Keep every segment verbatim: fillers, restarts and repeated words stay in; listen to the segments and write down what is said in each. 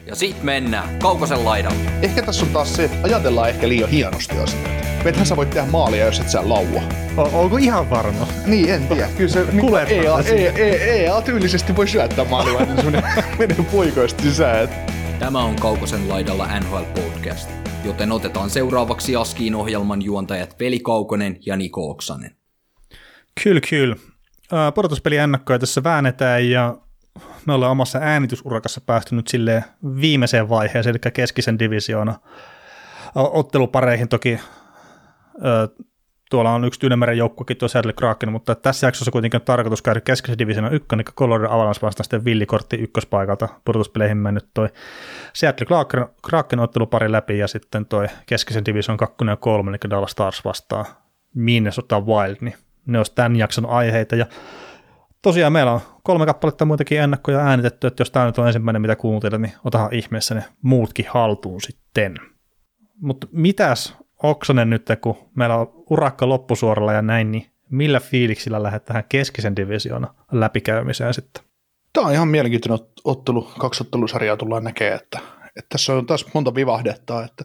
Ja sit mennään Kaukosen laidalle. Ehkä tässä on taas se, että ajatellaan ehkä liian hienosti asioita. Ethän sä voit tehdä maalia, jos et sä laua. O- onko ihan varma? Niin, en tiedä. Kyllä se niin E A, E A, E A tyylisesti voi syöttää maalia, niin semmonen menee puikoista sisään. Tämä on Kaukosen laidalla N H L Podcast, joten otetaan seuraavaksi Askiin ohjelman juontajat Veli Kaukonen ja Niko Oksanen. Kyllä, kyllä. Pudotuspeli ennakkoja tässä väännetään ja me ollaan omassa äänitysurakassa päästy nyt silleen viimeiseen vaiheeseen, eli keskisen divisioona ottelupareihin toki. Tuolla on yksi Tyynemeren joukkuekin tuo Seattle Kraken, mutta tässä jaksossa kuitenkin on tarkoitus käydä keskisen divisioona ykkönen, eli Colorado Avalanche vastaan sitten villikortti ykköspaikalta pudotuspeleihin mennyt toi Seattle Kraken, Kraken ottelupari läpi ja sitten toi keskisen division kakkonen ja kolme, eli Dallas Stars vastaan Minnesota Wild, niin ne olisi tämän jakson aiheita ja tosiaan meillä on kolme kappaletta muitakin ennakkoja äänitetty, että jos tämä nyt on ensimmäinen, mitä kuuntelet, niin otahan ihmeessä ne muutkin haltuun sitten. Mutta mitäs Oksanen nyt, kun meillä on urakka loppusuoralla ja näin, niin millä fiiliksillä lähdetään keskisen divisioona läpikäymiseen sitten? Tämä on ihan mielenkiintoinen ottelu, kaksi ottelusarjaa tullaan näkemään, että, että tässä on taas monta vivahdetta, että,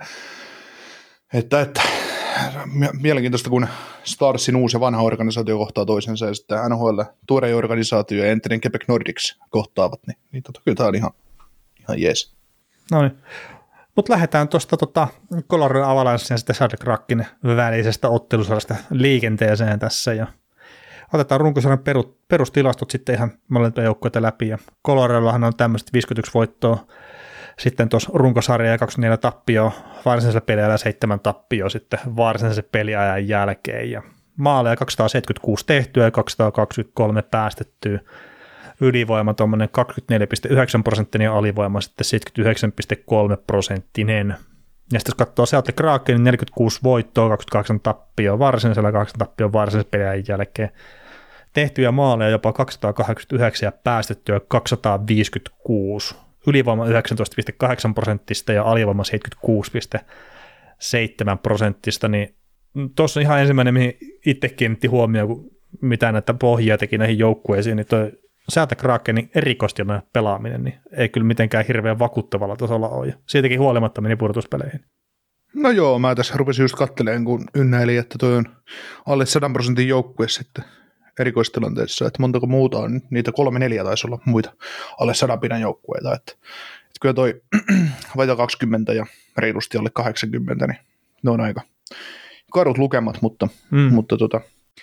että, että mielenkiintoista, kun Starsin uusi ja vanha organisaatio kohtaa toisensa ja sitten N H L tuore organisaatio ja entinen Quebec Nordics kohtaavat, niin, niin tota, kyllä tämä on ihan, ihan jees. No niin. Mutta lähdetään tuosta tota Colorado Avalanche ja sitten Seattle Krakenin välisestä ottelusarjasta liikenteeseen tässä ja otetaan runkosarjan perustilastot sitten ihan molempia joukkueita läpi ja Coloradollahan on tämmöiset viisikymmentäyksi voittoa, sitten tuossa runkosarja ja kaksikymmentäneljä tappioa varsinaisella peliajalla ja seitsemän tappioa sitten varsinaisen peliajan jälkeen ja maaleja kaksisataaseitsemänkymmentäkuusi tehtyä ja kaksisataakaksikymmentäkolme päästettyä. Ylivoima tuommoinen kaksikymmentäneljä pilkku yhdeksän prosenttinen ja alivoima sitten seitsemänkymmentäyhdeksän pilkku kolme prosenttinen. Ja sitten jos katsoo Seattle Kraken, niin neljäkymmentäkuusi voittoa, kaksikymmentäkahdeksan tappioa varsinaisella, kahdeksan tappioa varsinaisen pelin jälkeen. Tehtyjä maaleja jopa kaksisataakahdeksankymmentäyhdeksän ja päästettyä kaksisataaviisikymmentäkuusi. Ylivoima yhdeksäntoista pilkku kahdeksan prosenttista ja alivoima seitsemänkymmentäkuusi pilkku seitsemän prosenttista. Niin tuossa ihan ensimmäinen, mihin itse kiinnitti huomioon, kun mitä näitä pohjia teki näihin joukkueisiin, niin toi Seattle Krakenin erikoistilanne pelaaminen niin ei kyllä mitenkään hirveän vakuuttavalla tasolla ole. Siitäkin huolimatta meni pudotuspeleihin. No joo, mä tässä rupesin just katselemaan, kun ynnäilin, että toi on alle sadan prosentin joukkue sitten erikoistilanteessa, että montako muuta on, niitä kolme neljä taisi olla muita alle sadan pinnan joukkueita, että, että kyllä toi vajaa kaksikymmentä ja reilusti alle kahdeksankymmentä, niin ne on aika karut lukemat, mutta, mm. mutta tota,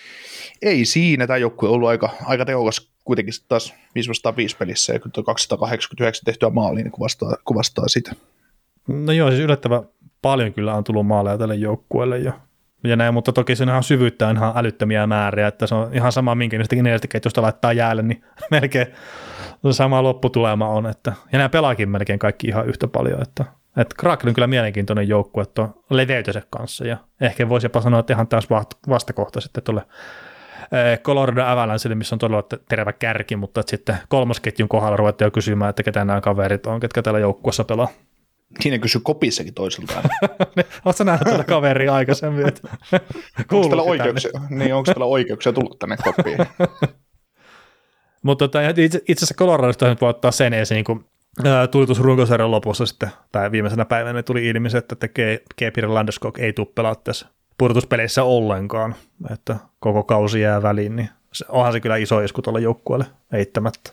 ei siinä, tämä joukkue on ollut aika, aika tehokas kuitenkin taas viisi vastaan viisi pelissä ja kyllä kaksisataakahdeksankymmentäyhdeksän tehtyä maaliin niin kuvastaa, kuvastaa sitä. No joo, siis yllättävän paljon kyllä on tullut maaleja tälle joukkueelle jo. Ja näin, mutta toki se on ihan syvyyttä on ihan älyttömiä määriä, että se on ihan sama, minkä niistäkin neljästä ketjusta laittaa jäälle, niin melkein sama lopputulema on. Että, ja nämä pelaakin melkein kaikki ihan yhtä paljon, että, että Kraken on kyllä mielenkiintoinen joukkue, että on leveytensä kanssa ja ehkä voisi jopa sanoa, että ihan taas vastakohta sitten tuolle Colorado Avalancelle, missä on todella terävä kärki, mutta että sitten kolmosketjun kohdalla ruvettiin jo kysymään, että ketä nämä kaverit on, ketkä täällä joukkueessa pelaa. Siinä kysy kopissakin toisiltaan. Oletko nähnyt tätä kaveria aikaisemmin? Onko tällä oikeuksia, niin, onko tällä oikeuksia tullut tänne kopiin? Mutta tota, itse, itse asiassa Coloradosta nyt voi ottaa sen esiin, kun ää, tuli tuossa runkosarjan lopussa sitten, tai viimeisenä päivänä tuli ilmi se, että G-Peter Landeskog ei tule pelaa tässä pudotuspeleissä ollenkaan, että koko kausi jää väliin, niin se, onhan se kyllä iso isku tuolle joukkueelle, eittämättä.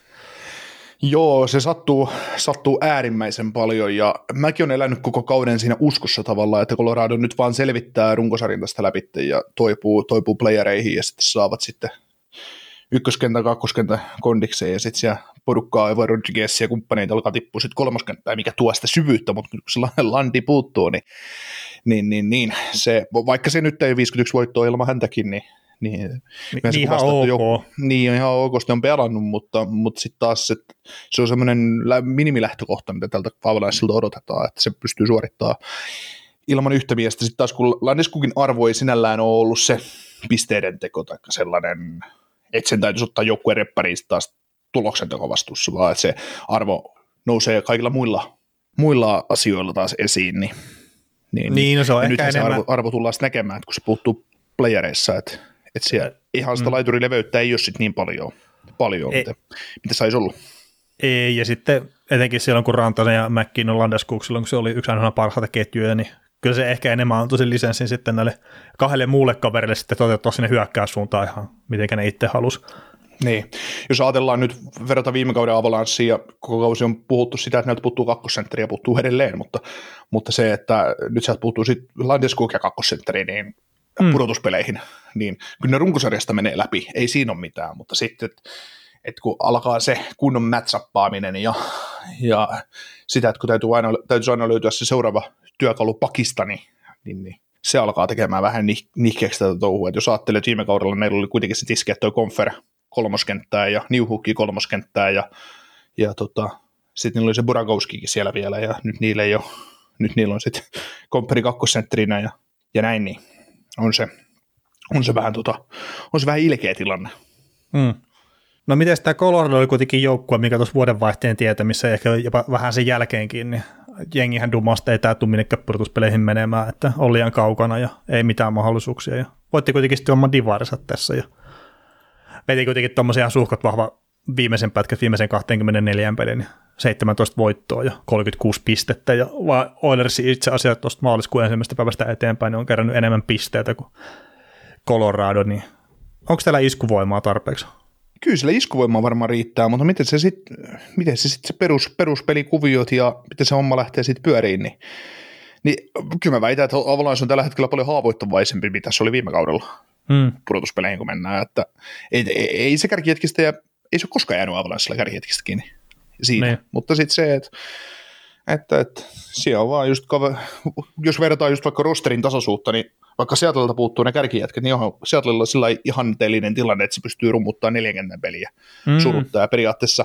Joo, se sattuu, sattuu äärimmäisen paljon ja mäkin olen elänyt koko kauden siinä uskossa tavallaan, että Colorado nyt vaan selvittää runkosarjan tästä läpi ja toipuu, toipuu playereihin ja sitten saavat sitten ykköskentän, kakkoskentän kondikseen ja sitten siellä porukkaa Evo Rodriguez ja kumppaneita alkaa tippua sitten kolmoskenttään, mikä tuo sitä syvyyttä, mutta kun se landi puuttuu, niin, niin, niin, niin se, vaikka se nyt ei viisikymmentäyksi voittoa ilman häntäkin, niin Niin, niin ihan ok. Jo, niin ihan ok, on pelannut, mutta, mutta sitten taas se, se on semmoinen minimilähtökohta, mitä tältä Avalancheilta odotetaan, että se pystyy suorittamaan ilman yhtä miestä. Sitten taas kun Landeskogin arvo ei sinällään ole ollut se pisteiden teko tai sellainen, että sen täytyisi ottaa joukkueen reppariin taas tuloksen tekovastuussa, vaan että se arvo nousee kaikilla muilla, muilla asioilla taas esiin. Niin, niin, niin no se on ehkä nythän enemmän. se arvo, arvo tullaan sitten näkemään, että kun se puuttuu playereissa, että Että siellä ihan sitä mm. laiturileveyttä ei ole sit niin paljon, paljon ei, mitä, mitä saisi olla. Ei, ja sitten etenkin silloin, kun Rantanen ja McKinnon Landeskog, silloin kun se oli yksi ainoa parhaita ketjuja, niin kyllä se ehkä enemmän antoi sen lisenssin sitten näille kahdelle muulle kaverille sitten toteuttaa sinne hyökkäyssuuntaan ihan, miten ne itse halusi. Niin, jos ajatellaan nyt verrata viime kauden Avalanssiin ja koko kausi on puhuttu sitä, että näiltä puuttuu kakkosentteri ja puuttuu edelleen, mutta, mutta se, että nyt sieltä puuttuu sitten Landeskog ja kakkosentteri niin mm. pudotuspeleihin, niin kyllä ne runkosarjasta menee läpi, ei siinä ole mitään, mutta sitten, että et kun alkaa se kunnon match-appaaminen ja, ja sitä, että kun täytyy aina, täytyy aina löytyä se seuraava työkalu pakista, niin, niin, niin se alkaa tekemään vähän nihkeäksi tätä touhua. Et jos ajattelee, että viime kaudella meillä oli kuitenkin se tiski, että toi Confer kolmoskenttää ja Newhooki kolmoskenttää ja, ja tota, sitten niillä oli se Burakovskikin siellä vielä ja nyt niillä, ei ole, nyt niillä on sitten Comperi kakkosentterinä ja, ja näin, niin on se, on se vähän, tota, on se vähän ilkeä tilanne. Mm. No miten tämä Colorado oli kuitenkin joukkue, mikä tuossa vuodenvaihteen tietämissä ja ehkä jopa vähän sen jälkeenkin, niin jengihän dumasta ei tämä tule minnekään pudotuspeleihin menemään, että on liian kaukana ja ei mitään mahdollisuuksia. Ja voitti kuitenkin sitten oman divarinsa tässä ja veti kuitenkin tuommoisia suhkot vahva viimeisen pätkän, viimeisen kaksikymmentäneljä pelin, niin seitsemäntoista voittoa ja kolmekymmentäkuusi pistettä. Ja Oilers itse asiassa tuosta maaliskuun ensimmäisestä päivästä eteenpäin niin on kerännyt enemmän pisteitä kuin Colorado, niin onko täällä iskuvoimaa tarpeeksi? Kyllä sillä iskuvoimaa varmaan riittää, mutta miten se sitten miten se, sit se perus, peruspelikuviot ja miten se homma lähtee sitten pyöriin, niin, niin kyllä mä väitän, että Avalanche on tällä hetkellä paljon haavoittavaisempi, mitä se oli viime kaudella hmm. pudotuspeleihin, kun mennään, että ei, ei, ei se kärkihetkistä ja ei se ole koskaan jäänyt Avalanchella kärkihetkistä kiinni siinä, niin. Mutta sitten se, että että, että siellä on vaan just, jos verrataan just vaikka rosterin tasaisuutta, niin vaikka Seattleilta puuttuu ne kärkijätket, niin onhan Seattlella sillä ihanteellinen tilanne, että se pystyy rummuttamaan neljäkymmentä peliä mm. suruttaa. Ja periaatteessa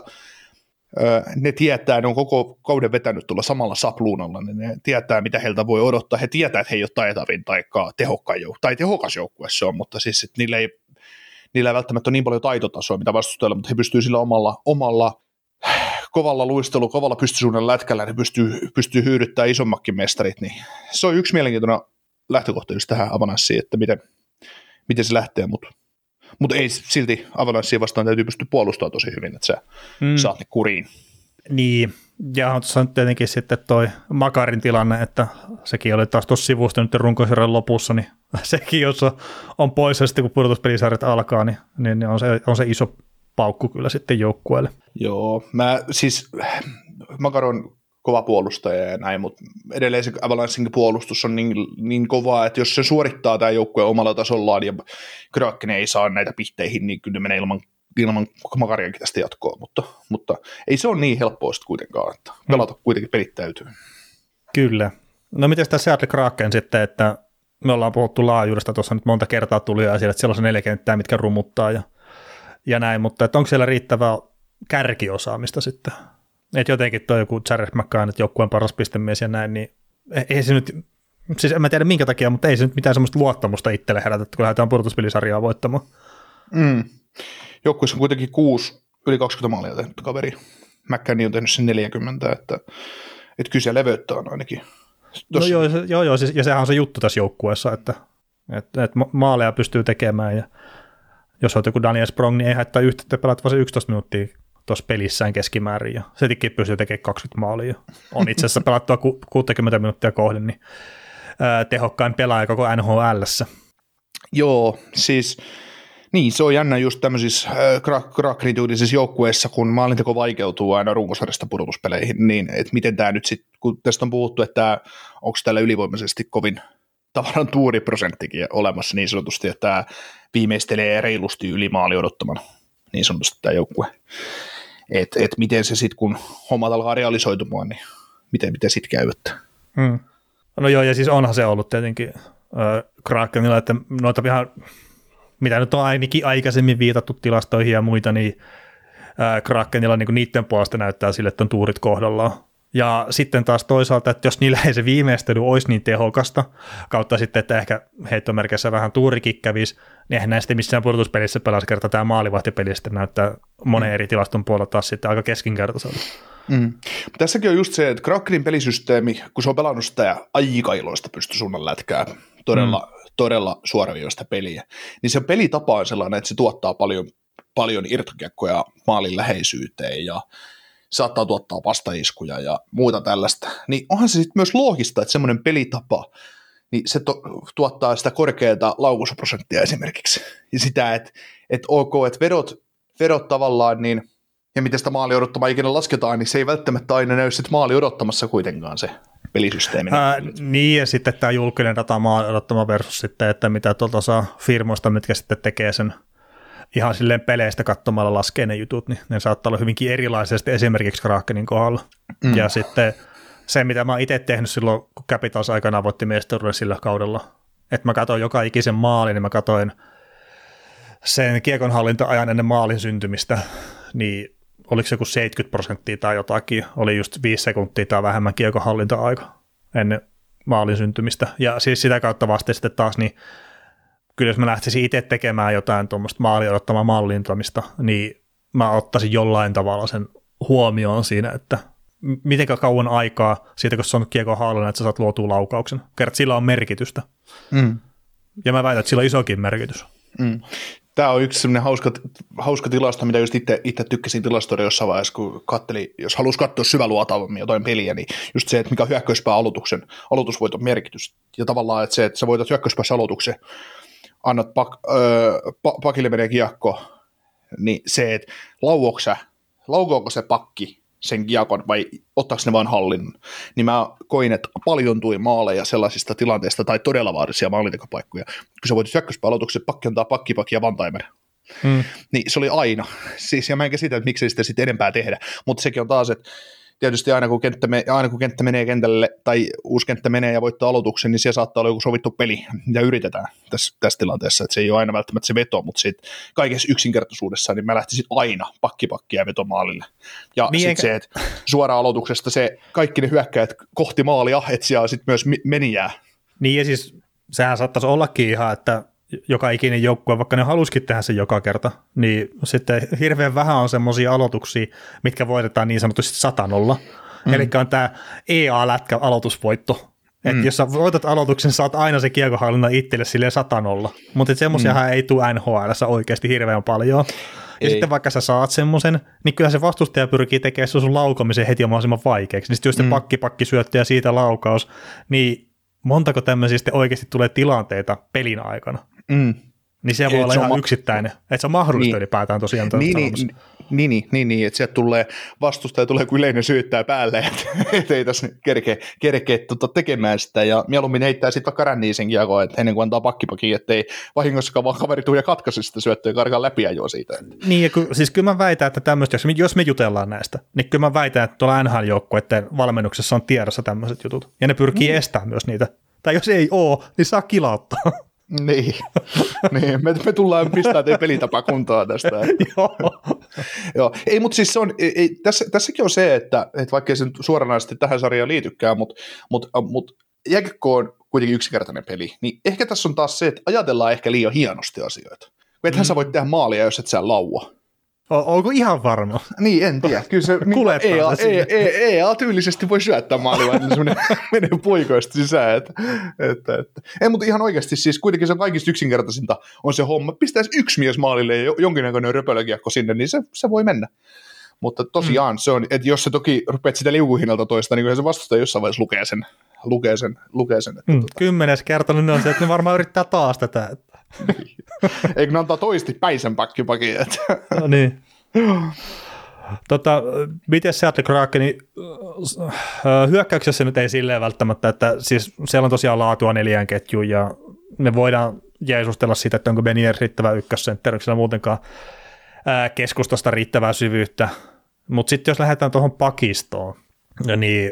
ö, ne tietää, ne on koko kauden vetänyt tuolla samalla sapluunalla, niin ne tietää, mitä heiltä voi odottaa. He tietää, että he ei ole taitavin tai tehokkain joukkue, tai tehokas joukkue se on, mutta siis että niillä, ei, niillä ei välttämättä ole niin paljon taitotasoa, mitä vastustajilla, mutta he pystyy sillä omalla, omalla kovalla luistelu, kovalla pystysuunnan lätkällä, ne pystyy, pystyy hyödyttämään isommakin mestarit, niin se on yksi mielenkiintoinen lähtökohta just tähän Avalanssiin, että miten, miten se lähtee, mutta mut ei silti Avalanssiin vastaan täytyy pystyä puolustamaan tosi hyvin, että sä mm. saat ne kuriin. Niin, ja tuossa on tietenkin sitten toi Makarin tilanne, että sekin oli taas tuossa sivusta nyt runkosarjan lopussa, niin sekin, jos on pois ja sitten kun pudotuspelisarjat alkaa, niin, niin on, se, on se iso paukku kyllä sitten joukkueelle. Joo, mä siis Makar on kova puolustaja ja näin, mutta edelleen se Avalanchen puolustus on niin, niin kovaa, että jos se suorittaa tämä joukkue omalla tasollaan ja Kraken ei saa näitä pihteihin, niin kyllä menee ilman, ilman Makariankin tästä jatkoa, mutta, mutta ei se ole niin helppoa sitten kuitenkaan, että pelata mm. kuitenkin pelit täytyy. Kyllä. No miten tämä Seattle Kraken sitten, että me ollaan puhuttu laajuudesta, tuossa nyt monta kertaa tuli esille, että siellä on se neljä kenttää, mitkä rumuttaa ja, ja näin, mutta että onko siellä riittävää kärkiosaamista sitten? Että jotenkin tuo joku Jared McCann, että joukkueen paras pistemies ja näin, niin ei se nyt, siis en mä tiedä minkä takia, mutta ei se nyt mitään semmoista luottamusta itselle herätä, kun lähdetään pudotuspelisarjaa voittamaan. Mm. Joukkueessa on kuitenkin kuusi yli kaksikymmentä maalia tehnyt kaveri. McCann on tehnyt sen neljäkymmentä, että, että kyllä se leveyttä on ainakin. Tossa. No joo, se, joo, joo siis, ja sehän on se juttu tässä joukkueessa, että, että, että maaleja pystyy tekemään, ja jos olet joku Daniel Sprong, niin ei haittaa yhtä, että pelaat vaan se yksitoista minuuttia tuossa pelissään keskimäärin, ja setikin pystyy tekemään kaksikymmentä maalia. On itse asiassa pelattua kuusikymmentä minuuttia kohden, niin ää, tehokkain pelaaja koko N H L:ssä. Joo, siis niin, se on jännä just tämmöisissä äh, krakkinityydisissä joukkueissa, kun maalinteko vaikeutuu aina runkosarjasta pudotuspeleihin, niin että miten tämä nyt sitten, kun tästä on puhuttu, että onko täällä ylivoimaisesti kovin tavallaan tuuriprosenttikin olemassa niin sanotusti, että tämä viimeistelee reilusti yli maali odottaman niin sanotusti tämä joukkue. Että et miten se sitten, kun hommat alkaa realisoitumaan, niin miten, miten sitten käy? Hmm. No joo, ja siis onhan se ollut tietenkin äh, Krakenilla, että noita ihan, mitä nyt on ainakin aikaisemmin viitattu tilastoihin ja muita, niin äh, Krakenilla niin niiden puolesta näyttää sille, että on tuurit kohdallaan. Ja sitten taas toisaalta, että jos niillä ei se viimeistely olisi niin tehokasta, kautta sitten, että ehkä heittomerkissä vähän tuurikin kävisi, niin eihän näistä missään pudotuspelissä pelasi kertaa tämä maalivahtipeli sitten näyttää monen eri tilaston puolella taas sitten aika keskinkertaiselta. Mm. Tässäkin on just se, että Krakenin pelisysteemi, kun se on pelannut sitä aika iloista pystysuunnan lätkää, todella, mm. todella suoraviivaista peliä, niin se pelitapa on sellainen, että se tuottaa paljon, paljon irtokiekkoja maalin läheisyyteen ja saattaa tuottaa vastaiskuja ja muuta tällaista, niin onhan se sitten myös loogista, että semmoinen pelitapa, niin se to, tuottaa sitä korkeata laukaisuprosenttia esimerkiksi. Ja sitä, että et ok, että vedot, vedot tavallaan, niin, ja miten sitä maali odottamaa ikinä lasketaan, niin se ei välttämättä aina näy sitten maali odottamassa kuitenkaan se pelisysteemi. Ää, niin, ja sitten tämä julkinen data maali odottama versus sitten, että mitä tuolta saa firmoista, mitkä sitten tekee sen ihan silleen peleistä katsomalla laskee ne jutut, niin ne saattaa olla hyvinkin erilaisesti esimerkiksi Krakenin kohdalla. Mm. Ja sitten se, mitä mä oon itse tehnyt silloin, kun Capitals aikanaan voitti mestaruuden sillä kaudella, että mä katsoin joka ikisen maalin, niin mä katsoin sen kiekonhallinta-ajan ennen maalin syntymistä, niin oliko se joku seitsemänkymmentä prosenttia tai jotakin, oli just viisi sekuntia tai vähemmän kiekonhallinta-aika ennen maalin syntymistä. Ja siis sitä kautta vasta sitten taas, niin kyllä jos mä lähtisin itse tekemään jotain tuommoista maali odottamaa mallintamista, niin mä ottaisin jollain tavalla sen huomioon siinä, että miten kauan aikaa siitä, kun sä on kiekon haalana, että sä saat luotua laukauksen. Kerrat, sillä on merkitystä. Mm. Ja mä väitän, että sillä on isokin merkitys. Mm. Tämä on yksi sellainen hauska, hauska tilasto, mitä just itse, itse tykkäsin tilastoida jossain vaiheessa, kun katteli, jos halusi katsoa syväluotaavammin jotain peliä, niin just se, että mikä on hyökkäyspää aloituksen, aloitusvoiton merkitys. Ja tavallaan, että se, että sä voitat hyökkäyspäässä aloituksen, annat pak, öö, pakille menee kiekko, niin se, että lauoksä, laukoako se pakki sen kiekon vai ottaako ne vain hallinnon, niin mä koin, että paljon tuli maaleja sellaisista tilanteista tai todella vaarallisia maalintekopaikkoja. Kun sä voitit hyökkäyspääaloituksen, pakki antaa pakki, pakki ja one-timer. Hmm. Niin se oli aina. Siis, ja mä en käsitä, että miksei sitä sitten enempää tehdä, mutta sekin on taas, että tietysti aina kun, kenttä me, aina kun kenttä menee kentälle tai uusi kenttä menee ja voittaa aloituksen, niin siellä saattaa olla joku sovittu peli, mitä yritetään tässä, tässä tilanteessa. Että se ei ole aina välttämättä se veto, mutta sit kaikessa yksinkertaisuudessa niin mä lähtisin aina pakkipakkia ja vetomaalille. Ja niin sitten se, että suoraan aloituksesta se kaikki ne hyökkäjät kohti maalia, että siellä sitten myös menijää. Niin ja siis sehän saattaisi ollakin ihan, että joka ikinen joukkue, vaikka ne halusikin tehdä sen joka kerta, niin sitten hirveän vähän on semmoisia aloituksia, mitkä voitetaan niin sanotusti satanolla. Mm. Eli on tämä E A-lätkä aloitusvoitto. Että mm. jos sä voitat aloituksen, saat aina se kiekohallinnan itselle silleen satanolla. Mutta semmoisiahan mm. ei tule N H L:ssä oikeasti hirveän paljon. Ja ei. Sitten vaikka sä saat semmoisen, niin kyllä se vastustaja pyrkii tekemään sun laukomisen heti mahdollisimman vaikeaksi. Niin sitten jos se mm. pakki-pakki syöttö ja siitä laukaus, niin montako tämmöisiä sitten oikeasti tulee tilanteita pelin aikana. Mm. Niin se voi et olla ihan ma- yksittäinen, että se on mahdollista niin. ylipäätään tosiaan. Niin, niin, niin, niin, niin, niin, että sieltä tulee vastustaja, tulee kuin yleinen syyttää päälle, että et ei tässä kerkeä, kerkeä tuota tekemään sitä, ja mieluummin heittää sitten vaikka ränniin sen kiekkoon, että ennen kuin antaa pakkipakin, ettei vahingossakaan vaan kaveri tule ja katkaise sitä syöttöä ja karkaa läpi ja juo siitä. Niin, ja kun, siis kyllä mä väitän, että tämmöistä, jos, jos me jutellaan näistä, niin kyllä mä väitän, että tuolla N H L-joukkueiden valmennuksessa on tiedossa tämmöiset jutut, ja ne pyrkii mm. estämään myös niitä. Tai jos ei ole, niin saa kilauttaa. Niin, niin. Me, me tullaan pistää teidän pelitapa kuntoon tästä. Joo. Joo. Ei, mutta siis se on, ei, tässä, tässäkin on se, että, että vaikka ei se suoranaisesti tähän sarjaan liitykään, mutta, mutta, mutta jääkiekko on kuitenkin yksinkertainen peli, niin ehkä tässä on taas se, että ajatellaan ehkä liian hienosti asioita. Ethän mm. sä voit tehdä maalia, jos et sä laua. Onko ihan varma? Niin, en tiedä. Kyllä se E A-tyylisesti voi syöttää maalia, että se menee poikoista sisään. Että, että, että. Ei, mutta ihan oikeasti siis kuitenkin se on kaikista yksinkertaisinta on se homma. Pistäisi yksi mies maalille ja jonkinnäköinen röpölökiekko sinne, niin se, se voi mennä. Mutta tosiaan mm. se on, että jos se toki rupeat sitä liukuhinnalta toista, niin kyllä se vastustaja jossain vaiheessa lukee sen. Lukee sen, lukee sen että mm, tota. Kymmenes kerta, niin on se, että ne varmaan yrittää taas tätä. Eikö ne antaa toisti päisen pakkipakin? No niin. Tota, miten Seattle Kraken, niin hyökkäyksessä nyt ei silleen välttämättä, että siis siellä on tosiaan laatua neljään ketjuun ja me voidaan jeesustella siitä, että onko Benier riittävä ykkössentteriksi muutenkaan ää, keskustasta riittävää syvyyttä, mutta sitten jos lähdetään tuohon pakistoon, niin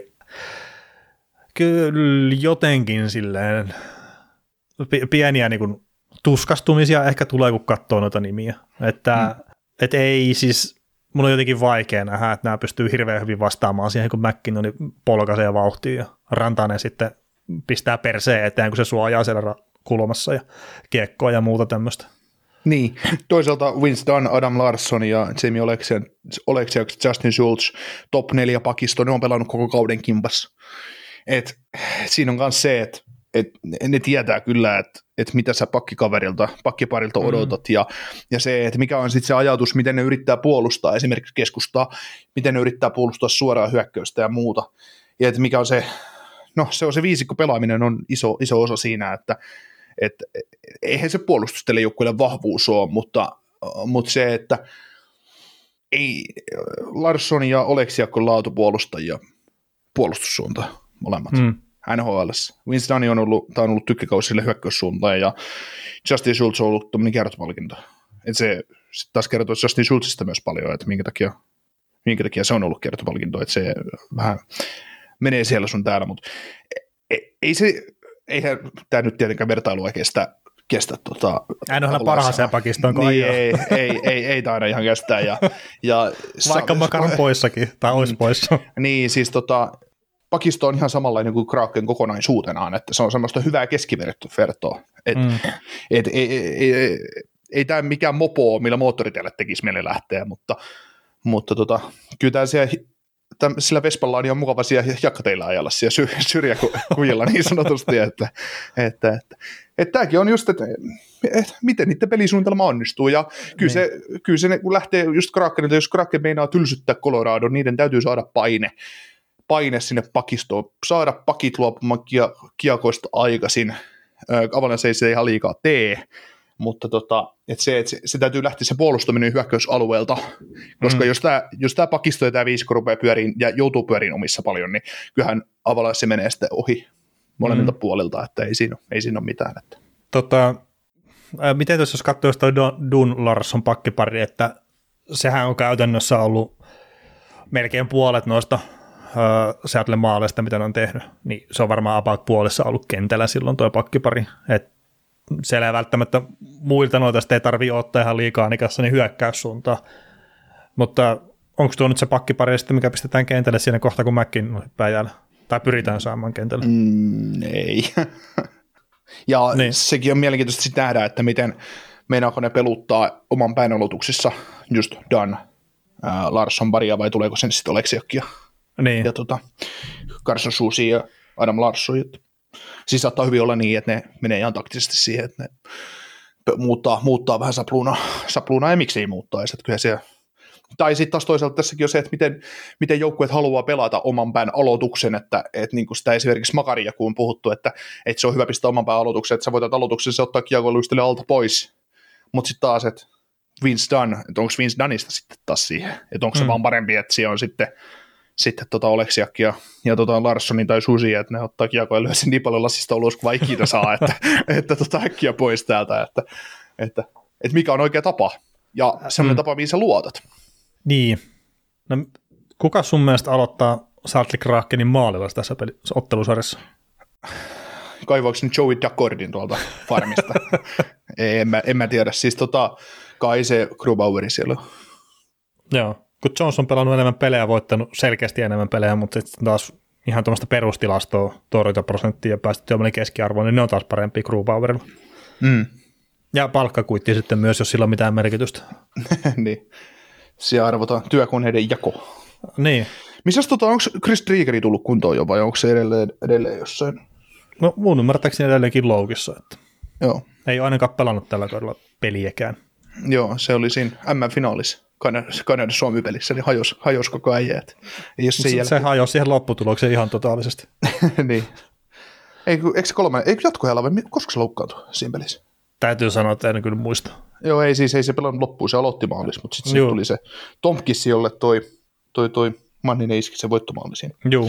kyllä jotenkin silleen pieniä niin kuin tuskastumisia ehkä tulee, kun katsoo noita nimiä. Että mm. et ei siis, mun on jotenkin vaikea nähdä, että nämä pystyy hirveän hyvin vastaamaan siihen, kun McKinnon vauhtiin vauhtiin ja Rantanen sitten pistää perseen eteen, kun se suojaa siellä kulmassa ja kiekkoa ja muuta tämmöistä. Niin, toisaalta Vince Dunn, Adam Larsson ja Jamie Oleksiak, Justin Schultz, top neljä pakisto, ne on pelannut koko kauden kimpas. Et siinä on myös se, että et ne tietää kyllä, että et mitä sä pakkikaverilta, pakkiparilta odotat, mm. ja, ja se, että mikä on sitten se ajatus, miten ne yrittää puolustaa, esimerkiksi keskustaa, miten ne yrittää puolustaa suoraa hyökkäystä ja muuta, ja että mikä on se, no se on se viisikko pelaaminen on iso, iso osa siinä, että et, eihän se puolustus tälle joukkueelle vahvuus ole, mutta, mutta se, että ei, Larsson ja Oleksiak on laatupuolustajia puolustussuuntaan molemmat. Mm. N H L:ssä. Vince Dunn on ollut, tämä on ollut tykkikausi sille hyökkäyssuuntaan, ja Justin Schultz on ollut tuommoinen kiertopalkinto. Et se taas kertoo Justin Schultzista myös paljon, että minkä takia, minkä takia se on ollut kiertopalkinto, että se vähän menee siellä sun täällä, mutta ei, ei se, eihän tämä nyt tietenkään vertailua kestä, kestä tota, N H L parhaaseen pakistoon, kun niin, ei, ei, ei, ei taida ihan kestää. Ja, ja vaikka Makaron poissakin, tai olisi poissa. Niin, siis tota, pakisto on ihan samanlainen kuin Kraken kokonaisuutenaan, että se on semmoista hyvää keskivertoa. Et, mm. et, ei, ei, ei, ei tämä mikään mopo ole, millä moottoritielle tekisi meille lähteä, mutta, mutta tota, kyllä tämä siellä, tämän, sillä Vespalla on ihan mukava siellä jakkateillä ajalla siellä syrjäkujilla niin sanotusti, että, että, että, että tämäkin on just, että, että miten niiden pelisuunnitelma onnistuu, ja kyllä se, kyllä se kun lähtee just Krakenilta, jos Kraken meinaa tylsyttää Colorado, niiden täytyy saada paine, paine sinne pakistoon, saada pakit luopumaan kiekoista aikaisin, Avalanche ei se ihan liikaa tee, mutta tota, että se, että se, se täytyy lähteä se puolustaminen hyökkäysalueelta, koska mm. jos tämä jos tämä pakisto ja tämä viisikko rupeaa pyöriin ja joutuu pyöriin omissa paljon, niin kyllähän Avalanche menee sitten ohi molemmilta mm. puolilta, että ei siinä, ei siinä ole mitään. Että. Tota, miten jos katsoo sitä Dunn Larsson pakkipari, että sehän on käytännössä ollut melkein puolet noista Uh, Seattle maaleista, mitä ne on tehnyt, niin se on varmaan about puolessa ollut kentällä silloin tuo pakkipari, että siellä ei välttämättä muilta noita sitä ei tarvitse ottaa ihan liikaa nikassa niin hyökkäyssuuntaan, mutta onko tuo nyt se pakkipari sitten, mikä pistetään kentälle siinä kohta, kun Mäkin hyppää jäällä, tai pyritään saamaan kentälle? Mm, ei. Ja niin. Sekin on mielenkiintoista sitten nähdä, että miten meinaako ne peluttaa oman päinolotuksissa just Dunn, äh, Larsson paria, vai tuleeko sen sitten Oleksiakia? Niin. Ja tota, Carson Soucy ja Adam Larsson. Että. Siis saattaa hyvin olla niin, että ne menee ihan taktisesti siihen, että ne muuttaa, muuttaa vähän sapluunaa, sapluunaa ja miksei muuttaisi. Kyllä siellä. Tai sitten taas toisaalta tässäkin on se, että miten, miten joukkueet haluaa pelata oman pään aloituksen, että, että niin kuin sitä esimerkiksi Makaria, kun on puhuttu, että, että se on hyvä pistää oman pään aloituksen, että sä voitat aloituksessa ottaa kiekoiluistelle alta pois, mutta sitten taas, että Vince Dunn, että onko Vince Dunnista sitten taas siihen, että onko se mm. vaan parempi, että siellä on sitten sitten tota Oleksiak ja, ja tota Larssonin tai Susi, että ne ottaa kiekoa ja lyö sen niin paljon lasista ulos, kuin ikinä saa, että, että tota äkkiä pois täältä, että, että, että mikä on oikea tapa, ja sellainen mm. tapa, mihin sä luotat. Niin. No, kuka sun mielestä aloittaa Salt Lake Krakenin maalilla tässä peli- ottelusarjassa? Kaivoiko nyt Joey Daccordin tuolta farmista? Ei, en, mä, en mä tiedä, siis tota, kai se Grubaueri siellä on. Joo. Kun Jones on pelannut enemmän pelejä, voittanut selkeästi enemmän pelejä, mutta sitten taas ihan tuommoista perustilastoa, torjuntaprosenttia ja päästettyä keskiarvoon, niin ne on taas parempi Grubauerilla. Mm. Ja palkkakuitti sitten myös, jos sillä on mitään merkitystä. Niin, siellä arvotaan työkoneiden jako. Niin. Missäs tota, onko Chris Driegeri tullut kuntoon jo vai onko se edelleen, edelleen jossain? No mun ymmärtääkseni edelleenkin loukissa, että joo. Ei ole ainakaan pelannut tällä kaudella peliäkään. Joo, se oli siinä M M-finaalissa. Kanada-Suomi-pelissä, niin hajosi hajos koko ajan. Se, jälkeen... se hajosi siihen lopputulokseen ihan totaalisesti. Niin. Eikö, eikö se kolme, eikö jatkoajalla vai koska se loukkaantui siinä pelissä? Täytyy sanoa, että en kyllä muista. Joo, ei siis, ei se pelannut loppuun, se aloitti maalissa, mutta sitten sit tuli se Tomkissi, jolle toi, toi, toi Manninen iski se voittomaali siinä. Joo.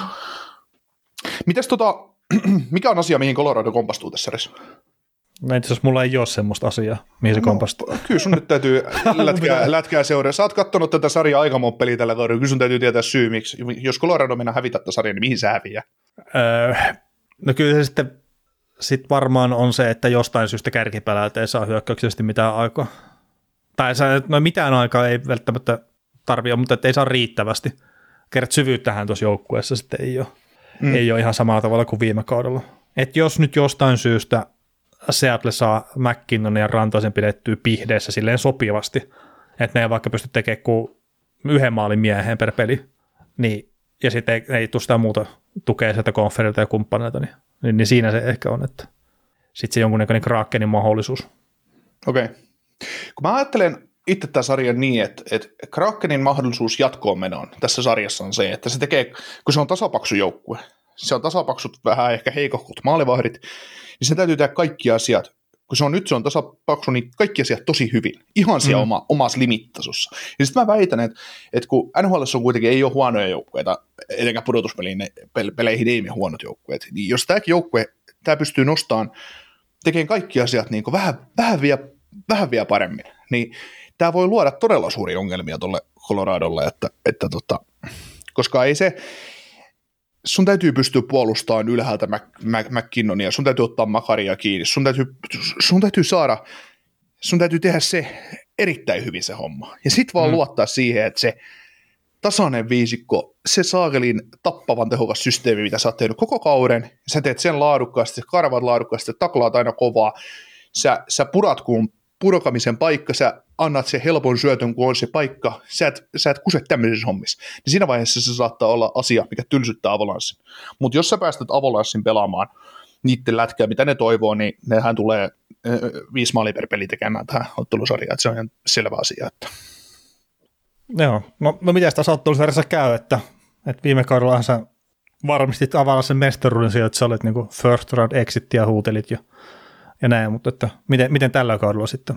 Mitäs tota, mikä on asia, mihin Colorado kompastuu tässä edes? No itse asiassa mulla ei ole semmoista asiaa, mihin se no, kompastuu. Kyllä sun nyt täytyy lätkää, lätkää seuraa. Sä oot kattonut tätä sarjaa aika monta peliä tällä kaudella. Kyllä sun täytyy tietää syy, miksi. Jos Colorado mennään hävitä tätä sarjaa, niin mihin se häviää? Öö, no kyllä se sitten sit varmaan on se, että jostain syystä kärkipäälät ei saa hyökkäyksellisesti mitään aikaa. Tai no mitään aikaa ei välttämättä tarvitse, mutta ei saa riittävästi. Kerrat syvyyttähän tuossa joukkueessa sitten ei ole, mm. ei ole ihan samalla tavalla kuin viime kaudella. Et jos nyt jostain syystä Seattle saa McKinnon ja Rantasen pidettyä pihdeessä silleen sopivasti, että ne ei vaikka pysty tekemään kuin yhden maalin mieheen per peli, niin, ja sitten ei, ei tule sitä muuta tukee sieltä konferilta ja kumppaneilta, niin, niin, niin siinä se ehkä on, että sitten se jonkunnäköinen Krakenin mahdollisuus. Okei. Okay. Kun mä ajattelen itse tämän sarjan niin, että, että Krakenin mahdollisuus jatkoon menoon tässä sarjassa on se, että se tekee, kun se on tasapaksu joukkue, se on tasapaksut vähän ehkä heikohkut maalivahdit, niin se täytyy tehdä kaikki asiat, kun se on nyt se on tasapaksu, niin kaikki asiat tosi hyvin, ihan siellä mm. oma, omassa limittasossa. Ja sitten mä väitän, että, että kun N H L on kuitenkin ei ole huonoja joukkueita, etenkään pudotuspeleihin ei mene huonot joukkueet, niin jos tämäkin joukkue, tämä pystyy nostamaan, tekemään kaikki asiat niin vähän, vähän, vielä, vähän vielä paremmin, niin tämä voi luoda todella suuria ongelmia tuolle Coloradolle, että, että tota, koska ei se, sun täytyy pystyä puolustamaan ylhäältä McKinnonia, sun täytyy ottaa Makaria kiinni, sun täytyy, sun täytyy saada, sun täytyy tehdä se erittäin hyvin se homma. Ja sit vaan mm. luottaa siihen, että se tasainen viisikko, se saakelin tappavan tehokas systeemi, mitä sä oot tehnyt koko kauden, sä teet sen laadukkaasti, sä karvat laadukkaasti, taklaat aina kovaa, sä, sä purat kun pudokamisen paikka, sä annat sen helpon syötön, kun on se paikka, sä et, sä et kuse tämmöisessä hommissa. Niin siinä vaiheessa se saattaa olla asia, mikä tylsyttää Avalanssin. Mutta jos sä päästät Avalanssin pelaamaan niiden lätkää, mitä ne toivoo, niin nehän tulee äh, viisi maalia per peli tekemään tähän ottelusarjaan, että se on ihan selvä asia. Että. Joo, no, no miten tässä ottelusarjassa käy, että, että viime kaudellahan sä varmistit Avalanssin mestaruuden sieltä, että sä olet niinku first round exit ja huutelit jo. Ja näin, mutta että miten, miten tällä kaudella sitten?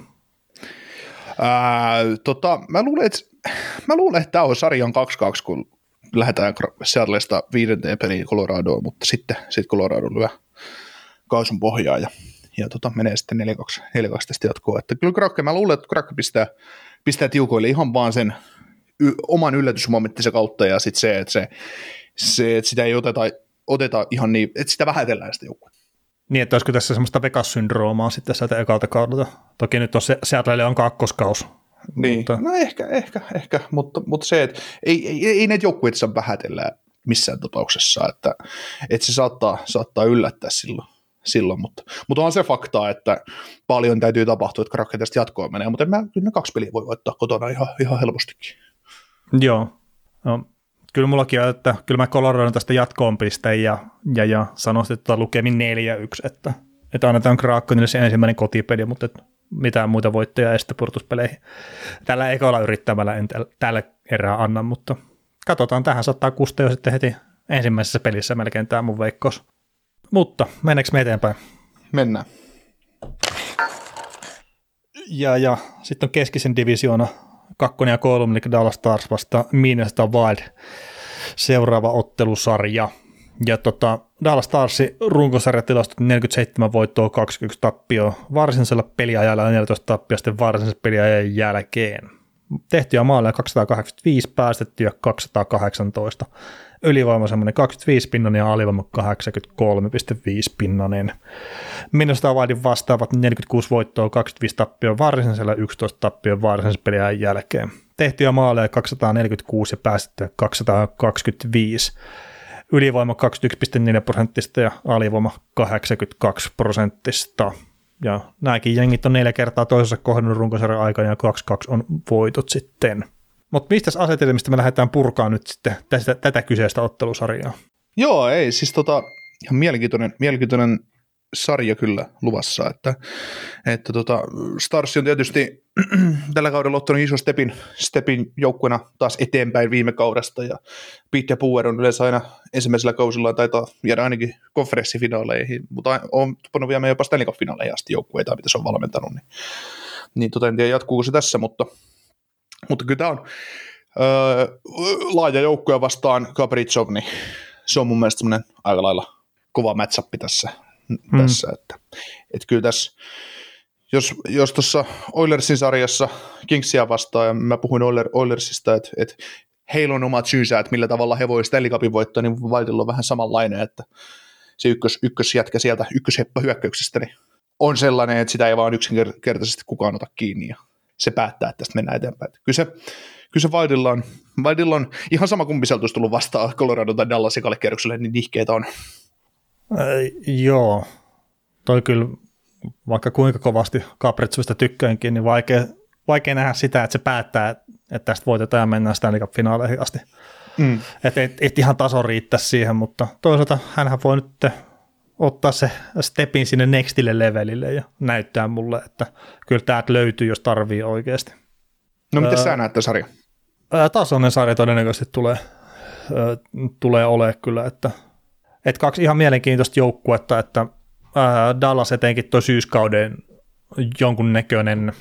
Ää, tota, mä, luulen, että, mä luulen, että tämä on sarjan kaksi kaksi, kun lähdetään Seattlesta viidenteen peliin Coloradoon, mutta sitten sit Colorado lyö kaasun pohjaa ja, ja tota, menee sitten neljä kaksi tästä jatkoa. Että kyllä Kraken, mä luulen, että Kraken pistää, pistää tiukoille ihan vaan sen y, oman yllätysmomenttisen kautta ja sitten se, että, se, se, että sitä ei oteta, oteta ihan niin, että sitä vähätellään sitä joukkoa. Niin, että olisiko tässä semmoista Vegas-syndroomaa sitten sieltä ekalta kaudelta. Toki nyt on se, Seattle on kakkoskaus. Niin, mutta. No ehkä, ehkä, ehkä. Mutta, mutta se, että ei, ei, ei näitä joukkueita saa vähätellä missään tapauksessa, että, että se saattaa, saattaa yllättää silloin, silloin. Mutta, mutta on se fakta, että paljon täytyy tapahtua, että Kraken tästä jatkoa menee, mutta en mä, kyllä ne kaksi peliä voi voittaa kotona ihan, ihan helpostikin. Joo, no. Kyllä mullakin on, että kyllä mä Coloradon tästä jatkoon pisteen ja, ja, ja sanoisin, että lukemin neljä yksi, että, että annetaan Krakenille se ensimmäinen kotipeli, mutta että mitään muita voittoja ei sitten purtuspeleihin. Tällä ekalla yrittämällä en tällä erää anna, mutta katsotaan, tähän saattaa kustea jo sitten heti ensimmäisessä pelissä melkein tämä mun veikkaus. Mutta mennäänkö me eteenpäin? Mennään. Ja, ja sitten on keskisen divisioona kakkonen ja kolme, eli Dallas Stars vasta Minnesota Wild seuraava ottelusarja. Ja tota, Dallas Starsin runkosarjatilastot neljäkymmentäseitsemän voittoa, kaksikymmentäyksi tappioa varsinaisella peliajalla ja neljätoista tappioa sitten varsinaisen peliajan jälkeen. Tehtyjä maaleja kaksisataakahdeksankymmentäviisi, päästettyjä kaksisataakahdeksantoista. Ylivoima semmoinen kaksikymmentäviisi pinnanen ja alivoima kahdeksankymmentäkolme pilkku viisi pinnanen. Minnesota Wildin vastaavat neljäkymmentäkuusi voittoa, kaksikymmentäviisi tappioa varsinaisella, yksitoista tappioa varsinaisen peliajan jälkeen. Tehtyjä maaleja kaksisataaneljäkymmentäkuusi ja päästettyjä kaksisataakaksikymmentäviisi. Ylivoima kaksikymmentäyksi pilkku neljä prosenttista ja alivoima kahdeksankymmentäkaksi prosenttista. Ja nämäkin jengit on neljä kertaa toisessa kohdannut runkosarjan aikana ja kaksi kaksi on voitot sitten. Mutta mistä asetelmista me lähdetään purkaan nyt sitten tästä, tätä kyseistä ottelusarjaa? Joo, ei, siis tota, ihan mielenkiintoinen, mielenkiintoinen sarja kyllä luvassa, että, että tota, Stars on tietysti tällä kaudella ottanut ison stepin, stepin joukkueena taas eteenpäin viime kaudesta, ja Pete ja Puer on yleensä aina ensimmäisellä kausilla taitaa viedä ainakin konferenssifinaaleihin, mutta on tupannut viemään jopa Stanley Cup-finaaleihin asti joukkueita, mitä se on valmentanut, niin, niin tota, en tiedä jatkuuko se tässä, mutta, mutta kyllä tämä on öö, laaja joukkue vastaan Kaprizov, niin se on mun mielestä semmoinen aika lailla kova match-up tässä, mm. tässä että, että kyllä tässä, jos, jos tuossa Oilersin sarjassa Kingsia vastaan, ja mä puhuin Oiler, Oilersista, että, että heillä on omat syynsä, että millä tavalla he voi Stanley Cupin voittaa, niin Wildilla on vähän samanlainen, että se ykkös, ykkösjätkä sieltä, ykkösheppä hyökkäyksestä, niin on sellainen, että sitä ei vaan yksinkertaisesti kukaan ota kiinni, ja se päättää, että tästä mennään eteenpäin. Kyllä se, kyllä se Wildilla on, Wildilla on ihan sama kumpi sieltä olisi tullut vastaan Colorado tai Dallas ekalle kierrokselle, niin nihkeitä on. Äh, joo, toi kyllä, vaikka kuinka kovasti Kapritsuvista tykkäänkin, niin vaikea, vaikea nähdä sitä, että se päättää, että tästä voitetaan ja mennään Stanley Cup-finaaleihin asti. Mm. Että et, et ihan taso riittäisi siihen, mutta toisaalta hänhän voi nyt ottaa se stepin sinne nextille levelille ja näyttää mulle, että kyllä täältä löytyy, jos tarvii oikeasti. No miten sä näet tämän sarjan? Tasoinen sarja todennäköisesti tulee, ää, tulee olemaan kyllä, että, että kaksi ihan mielenkiintoista joukkuetta, että ää, Dallas etenkin tuo syyskauden jonkunnäköinen,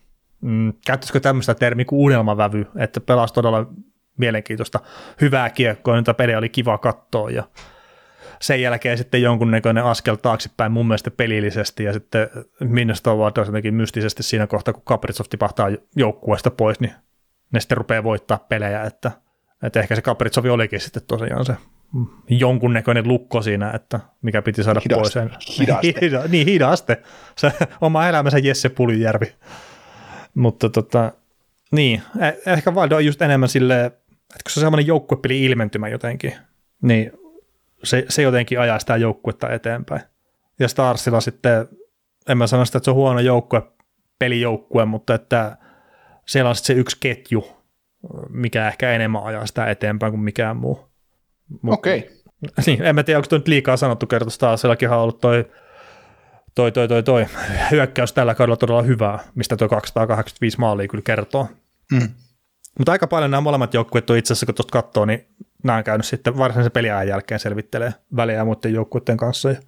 mm, käyttäisikö tämmöistä termiä kuin unelmavävy, että pelasi todella mielenkiintoista hyvää kiekkoa, niitä pelejä oli kiva katsoa ja sen jälkeen sitten jonkunnäköinen askel taaksepäin mun mielestä pelillisesti ja sitten Minnesota Wild jotenkin mystisesti siinä kohtaa, kun Kaprizov tipahtaa joukkueesta pois, niin ne sitten rupeaa voittaa pelejä, että, että ehkä se Kaprizov olikin sitten tosiaan se jonkunnäköinen lukko siinä, että mikä piti saada hidaste. pois. Hidaste. Hida, niin, hidaste. Se oma elämänsä Jesse Puljujärvi. Mutta tota, niin, ehkä Wild on just enemmän silleen, että kun se on semmoinen joukkuepeli ilmentymä jotenkin, niin se, se jotenkin ajaa sitä joukkuetta eteenpäin. Ja Starsilla sitten, en mä sano sitä, että se on huono joukkue, pelijoukkue, mutta että siellä on sitten se yksi ketju, mikä ehkä enemmän ajaa sitä eteenpäin kuin mikään muu. Okei. Okay. Niin, en mä tiedä, onko toi nyt liikaa sanottu kertoa, Starsillakin on ollut toi, toi, toi, toi, toi hyökkäys tällä kaudella todella hyvää, mistä tuo kaksisataakahdeksankymmentäviisi maalia kyllä kertoo. Mm. Mutta aika paljon nämä molemmat joukkueet on itse asiassa, kun tuosta katsoo, niin nämä on käynyt sitten varsinaisen peliajan jälkeen selvittelee välejä muiden joukkueiden kanssa. Ja,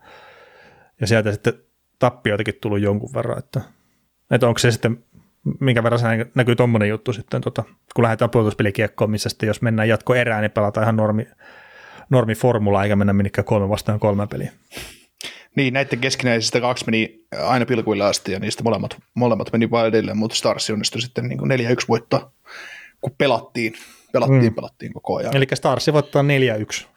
ja sieltä sitten tappioitakin tullut jonkun verran. Että, että onko se sitten, minkä verran se näkyy tuommoinen juttu sitten, tota, kun lähdetään pudotuspelikiekkoon, missä sitten jos mennään jatko erään, niin pelataan ihan normi, normiformula, eikä mennä minnekään kolme vastaan kolme peliä. Niin, näiden keskinäisistä kaksi meni aina pilkuille asti, ja niistä molemmat, molemmat meni Wildille, mutta Stars onnistui sitten niin kuin neljä yksi voittaa, kun pelattiin. Pelattiin, mm. pelattiin koko ajan. Eli Starsi voittaa neljä yksi.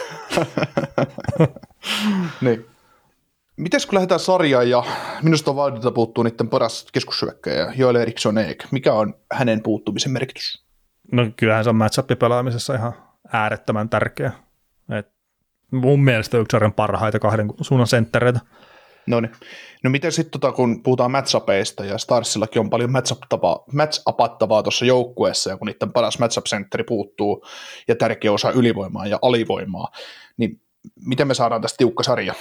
Niin. Mites kun lähdetään sarjaan, ja minusta Wildilta puuttuu niiden paras keskushyökkäjä, Joel Eriksson Ek. Mikä on hänen puuttumisen merkitys? No kyllähän se on match-up-pelaamisessa ihan äärettömän tärkeä. Et mun mielestä yksi sarjan parhaita kahden suunnan senttereitä. No niin. No miten sitten, tota, kun puhutaan match-upeista, ja Starsillakin on paljon match-upattavaa tuossa joukkueessa, ja kun niiden paras match-up-sentteri puuttuu, ja tärkeä osa ylivoimaa ja alivoimaa, niin miten me saadaan tästä tiukka sarja?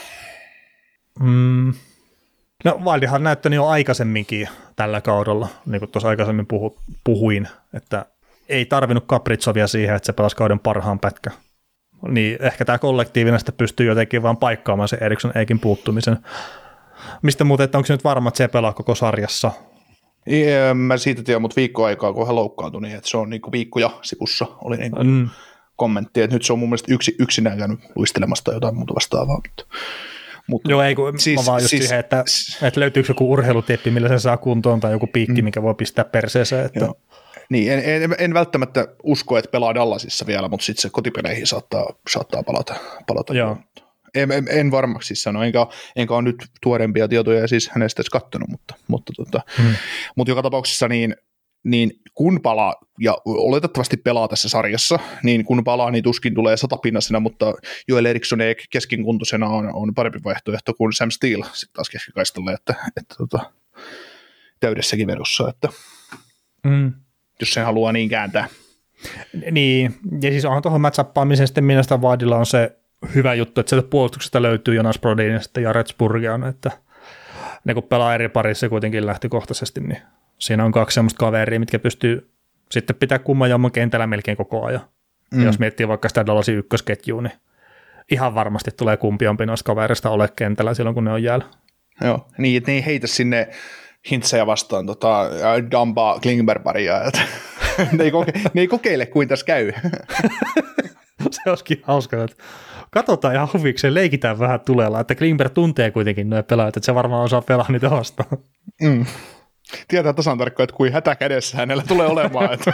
Mm. No Wildihan näyttänyt jo aikaisemminkin tällä kaudella, niin kuin tuossa aikaisemmin puhu, puhuin, että ei tarvinnut Kaprizovia siihen, että se pelasi kauden parhaan pätkä. Niin ehkä tämä kollektiivinen sitten pystyy jotenkin vaan paikkaamaan sen Eriksson Ekin puuttumisen. Mistä muuten, että onko se nyt varma, että se pelaa koko sarjassa? Ei, mä siitä tiedän, mutta viikko aikaa, kun hän loukkaantui, niin että se on niin kuin viikkoja sivussa, oli niin kuin mm. kommentti, että nyt se on mun mielestä yksi, yksinään käynyt luistelemasta jotain muuta vastaavaa. Mutta, mutta, Joo, ei kun siis, mä vaan just siis, siihen, että, että löytyykö joku urheiluteppi, millä se saa kuntoon, tai joku piikki, mm. mikä voi pistää perseeseen. Että... Joo. Niin, en, en, en välttämättä usko, että pelaa Dallasissa vielä, mutta sitten se kotipeleihin saattaa, saattaa palata. palata Joo. En, en, en varmaksi sano, enkä, enkä ole nyt tuorempia tietoja siis hänestä edes katsonut, mutta, mutta, tota, hmm. mutta joka tapauksessa niin, niin kun palaa, ja oletettavasti pelaa tässä sarjassa, niin kun palaa, niin tuskin tulee satapinnasena, mutta Joel Eriksson keskinkuntoisena on, on parempi vaihtoehto kuin Sam Steele sitten taas keskikaistalle, että, että tota, täydessäkin vedossa, että hmm. jos sen haluaa niin kääntää. Niin, ja siis onhan tuohon match-uppaamiseen sitten mielestäni Wildilla on se hyvä juttu, että sieltä puolustuksesta löytyy Jonas Brodin ja sitten Jared Spurgeon, että ne kun pelaa eri parissa kuitenkin lähtökohtaisesti, niin siinä on kaksi semmoista kaveria, mitkä pystyy sitten pitää kumman jomman kentällä melkein koko ajan. Mm. Ja jos miettii vaikka sitä Dallasin ykkösketjua, niin ihan varmasti tulee kumpiompi noista kaverista ole kentällä silloin, kun ne on jäällä. Joo, niin, että ne ei heitä sinne Hintsejä vastaan tota, Dumba Klingberg-paria, että ne, ei koke, ne ei kokeile, kuin tässä käy. Se olisikin hauskaa, että katsotaan ihan huvikseen, leikitään vähän tulella, että Klingberg tuntee kuitenkin noin pelaajat, että se varmaan osaa pelaa niitä vastaan. Mm. Tietää tasan tarkkaan, että kuin hätä kädessä hänellä tulee olemaan. Että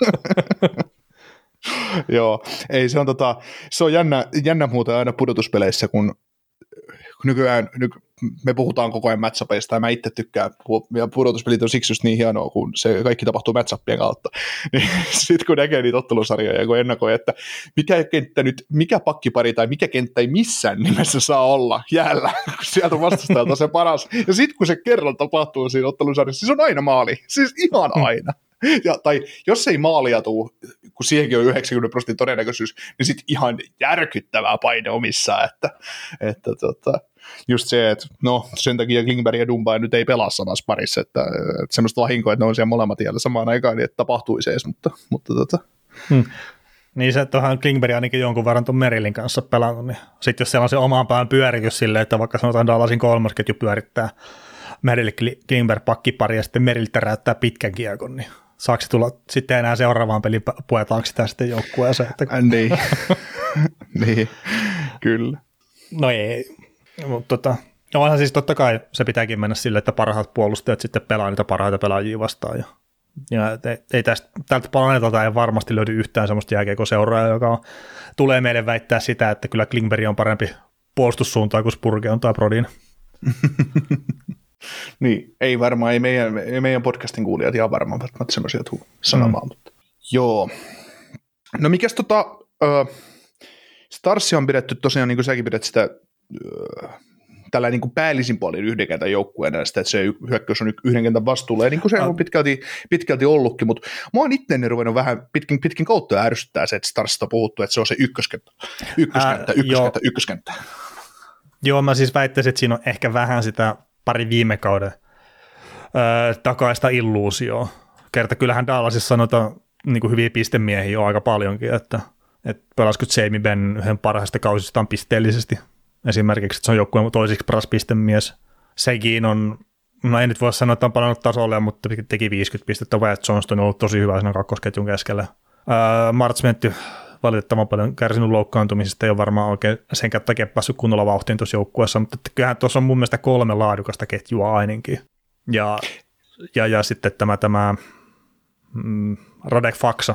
joo, ei se on, tota, se on jännä, jännä muuta aina pudotuspeleissä, kun nykyään ny, me puhutaan koko ajan match-upeista, ja mä itse tykkään, ja pudotuspelit on siksi just niin hienoa, kun se kaikki tapahtuu match-upien kautta. Niin sitten kun näkee niitä ottelusarjoja, ja kun ennakoi, että mikä kenttä nyt, mikä pakkipari tai mikä kenttä ei missään nimessä saa olla jäällä, kun sieltä vastustajalta se paras. Ja sitten kun se kerran tapahtuu siinä ottelusarjassa, siis on aina maali. Siis ihan aina. Ja, tai jos ei maalia tuu, kun siihenkin on yhdeksänkymmentä prosentin todennäköisyys, niin sitten ihan järkyttävää paine omissa, että, että tota, just se, että no sen takia Klingberg ja Dumba nyt ei pelaa samassa parissa, että, että semmoista vahinkoa, että ne on siellä molemmat tiellä samaan aikaan, niin että tapahtuisi edes, mutta, mutta tota. Hmm. Niin se, että onhan Klingberg ainakin jonkun verran tuon Merillin kanssa pelannut, niin sitten jos siellä on se oman pään pyöritys silleen, että vaikka sanotaan Dallasin kolmosketju pyörittää Merille Klingberg pakkipari ja sitten Merille täräyttää pitkän kiekon, niin saako se tulla sitten enää seuraavaan peliin puetaanko sitä sitten joukkueeseen? Että... niin. niin, kyllä. No ei, mutta tota, onhan siis totta kai se pitääkin mennä sille, että parhaat puolustajat sitten pelaa niitä parhaita pelaajia vastaan. Ja, ja ei, ei tästä, tältä planeetalta ei varmasti löydy yhtään sellaista jääkiekko-seuraajaa, joka on, tulee meille väittää sitä, että kyllä Klingberg on parempi puolustussuuntaan kuin Spurgeon tai Brodin. Niin, ei varmaan, ei meidän, ei meidän podcastin kuulijat ihan varmaan välttämättä semmoisia tuu sanomaan. Mm. Mutta. Joo. No mikäs tota, äh, Starsia on pidetty tosiaan, niin kuin säkin pidät sitä äh, tällä niin kuin päällisin puolin yhden kentän joukkueena, sitä, että se hyökkäys on yhden kentän vastuulla, ja niin kuin se on pitkälti, pitkälti ollutkin, mutta mä oon itseäni ruvennut vähän pitkin, pitkin kautta ärsyttää se, että Starsista on puhuttu, että se on se ykköskenttä, ykköskenttä, äh, ykköskenttä, jo. ykköskenttä. Joo, mä siis väittäisin, että siinä on ehkä vähän sitä pari viime kauden öö, takaista illuusioa. Kerta kyllähän Dallasissa sanotaan niin kuin hyviä pistemiehiä on aika paljonkin, että, että pelasiko Jamie Benn yhden parhaista kausistaan pisteellisesti. Esimerkiksi, että se on joukkueen toisiksi paras pistemies. Sekin on, no ei nyt voi sanoa, että on palannut tasolle, mutta teki viisikymmentä pistettä. Wyatt Johnston on ollut tosi hyvä siinä kakkosketjun keskellä. Öö, Marchmentti valitettavan paljon kärsinyt loukkaantumisesta, ei ole varmaan oikein sen takia päässyt kunnolla vauhtiin tuossa joukkueessa, mutta kyllähän tuossa on mun mielestä kolme laadukasta ketjua ainakin. Ja, ja, ja sitten tämä, tämä mm, Radek Faksa,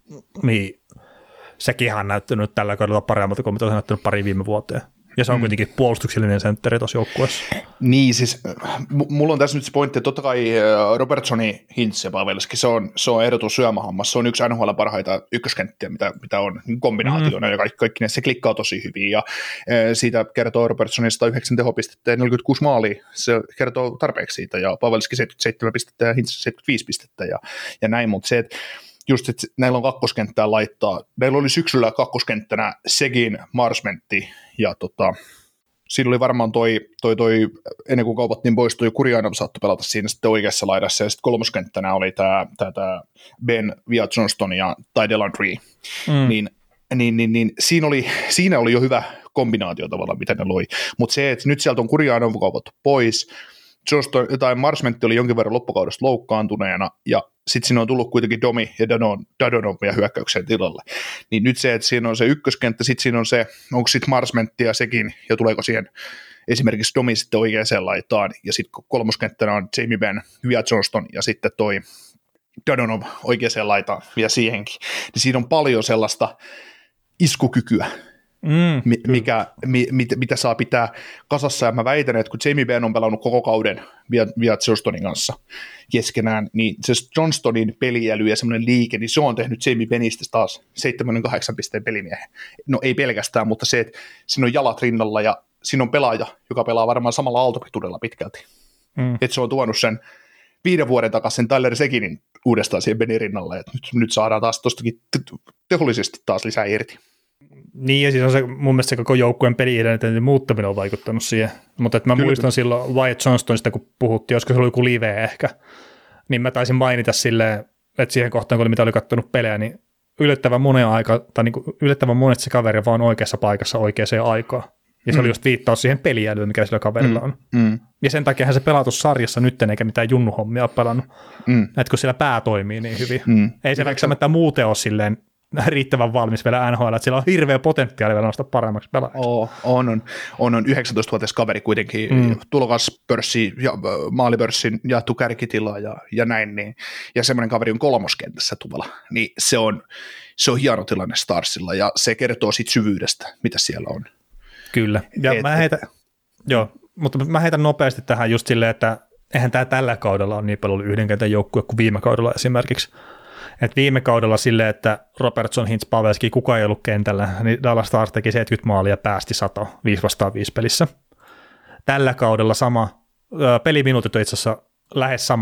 niin sekin on näyttänyt tällä kaudella paremmalta kuin mitä on näyttänyt pari viime vuoteen. Ja se on mm. kuitenkin puolustuksellinen sentteri tuossa joukkueessa. Niin, siis m- mulla on tässä nyt se pointti, että totta kai Robertsoni, Hintz ja Pavelski, se on, se on ehdotus syömähammas. Se on yksi N H L parhaita ykköskenttiä, mitä, mitä on kombinaationa, mm. ja kaikki, kaikki ne, se klikkaa tosi hyvin. Ja e, siitä kertoo Robertsonin sata yhdeksän tehopistettä ja neljäkymmentäkuusi maalia. Se kertoo tarpeeksi siitä, ja Pavelski seitsemänkymmentäseitsemän pistettä ja Hintz seitsemänkymmentäviisi pistettä ja, ja näin, mutta se, että just, että näillä on kakkoskenttää laittaa. Meillä oli syksyllä kakkoskenttänä Segin, Marsmentti ja tota, siinä oli varmaan toi, toi, toi ennen kuin kaupattiin pois, toi Kurjainov saattoi pelata siinä sitten oikeassa laidassa ja sitten kolmoskenttänä oli tämä tää, tää Ben, Wyatt Johnston ja Ty Dellandrea. Mm. Niin, niin, niin, niin siinä, oli, siinä oli jo hyvä kombinaatio tavallaan, mitä ne loi. Mutta se, että nyt sieltä on Kurjainov kaupattu pois, Johnston, tai Marsmentti oli jonkin verran loppukaudesta loukkaantuneena, ja sitten siinä on tullut kuitenkin Domi ja Dadonovia hyökkäyksen tilalle. Niin nyt se, että siinä on se ykköskenttä, sitten siinä on se, onko sitten Marsmentti ja sekin, ja tuleeko siihen esimerkiksi Domi sitten oikeaan laitaan, ja sitten kolmoskenttänä on Jamie Benn, Wyatt Johnston, ja sitten toi Dadonov oikeaan laitaan vielä siihenkin. Niin siinä on paljon sellaista iskukykyä, Mm, mikä, mi, mit, mitä saa pitää kasassa, ja mä väitän, että kun Jamie Benn on pelannut koko kauden Wyatt Johnstonin kanssa keskenään, niin se Johnstonin peliäly ja semmoinen liike, niin se on tehnyt Jamie Bennistä taas seitsemänkymmentäkahdeksan pisteen pelimiehen. No ei pelkästään, mutta se, että siinä on jalat rinnalla ja siinä on pelaaja, joka pelaa varmaan samalla aaltopituudella pitkälti. Mm. Että se on tuonut sen viiden vuoden takaisin Tyler Seginin uudestaan siihen Bennin rinnalla, että nyt, nyt saadaan taas tostakin tehollisesti taas lisää irti. Niin, ja siis on se, mun mielestä se koko joukkueen peli-identiteetin muuttaminen on vaikuttanut siihen, mutta että mä Kyllä. muistan silloin Wyatt Johnstonista, kun puhuttiin, olisiko se ollut joku live ehkä, niin mä taisin mainita silleen, että siihen kohtaan, kun oli, mitä oli kattonut pelejä, niin yllättävän monen aika, tai niin kuin yllättävän monet se kaveri vaan oikeassa paikassa oikeaan aikaan. Ja se mm. oli just viittaus siihen peliälyyn, mikä sillä kaverilla on. Mm. Mm. Ja sen takiahan se pelatus sarjassa nyt, eikä mitään junnuhommia ole pelannut. Mm. Että kun siellä pää toimii niin hyvin. Mm. Ei se välttämättä muuten ole silleen riittävän valmis vielä N H L, että sillä on hirveä potentiaali vielä nostaa paremmaksi pelaajaksi. Oh, on, on, on, on yhdeksäntoistavuotias kaveri kuitenkin, mm. tulokaspörssi ja maalipörssin jaettu kärkitila ja, ja näin, niin, ja semmoinen kaveri on kolmoskentässä tuolla, niin se on, se on hieno tilanne Starsilla, ja se kertoo siitä syvyydestä, mitä siellä on. Kyllä, ja et, mä heitän, et, joo, mutta mä heitän nopeasti tähän just silleen, että eihän tämä tällä kaudella ole niin paljon ollut yhden kentän joukkue kuin viime kaudella esimerkiksi. Et viime kaudella silleen, että Robertson, Hintz, Pavelski, kukaan ei ollut kentällä, niin Dallas Stars teki seitsemänkymmentä maalia ja päästi sata, viisi vastaan viisi pelissä. Tällä kaudella sama, peliminuutit on itse asiassa lähes samat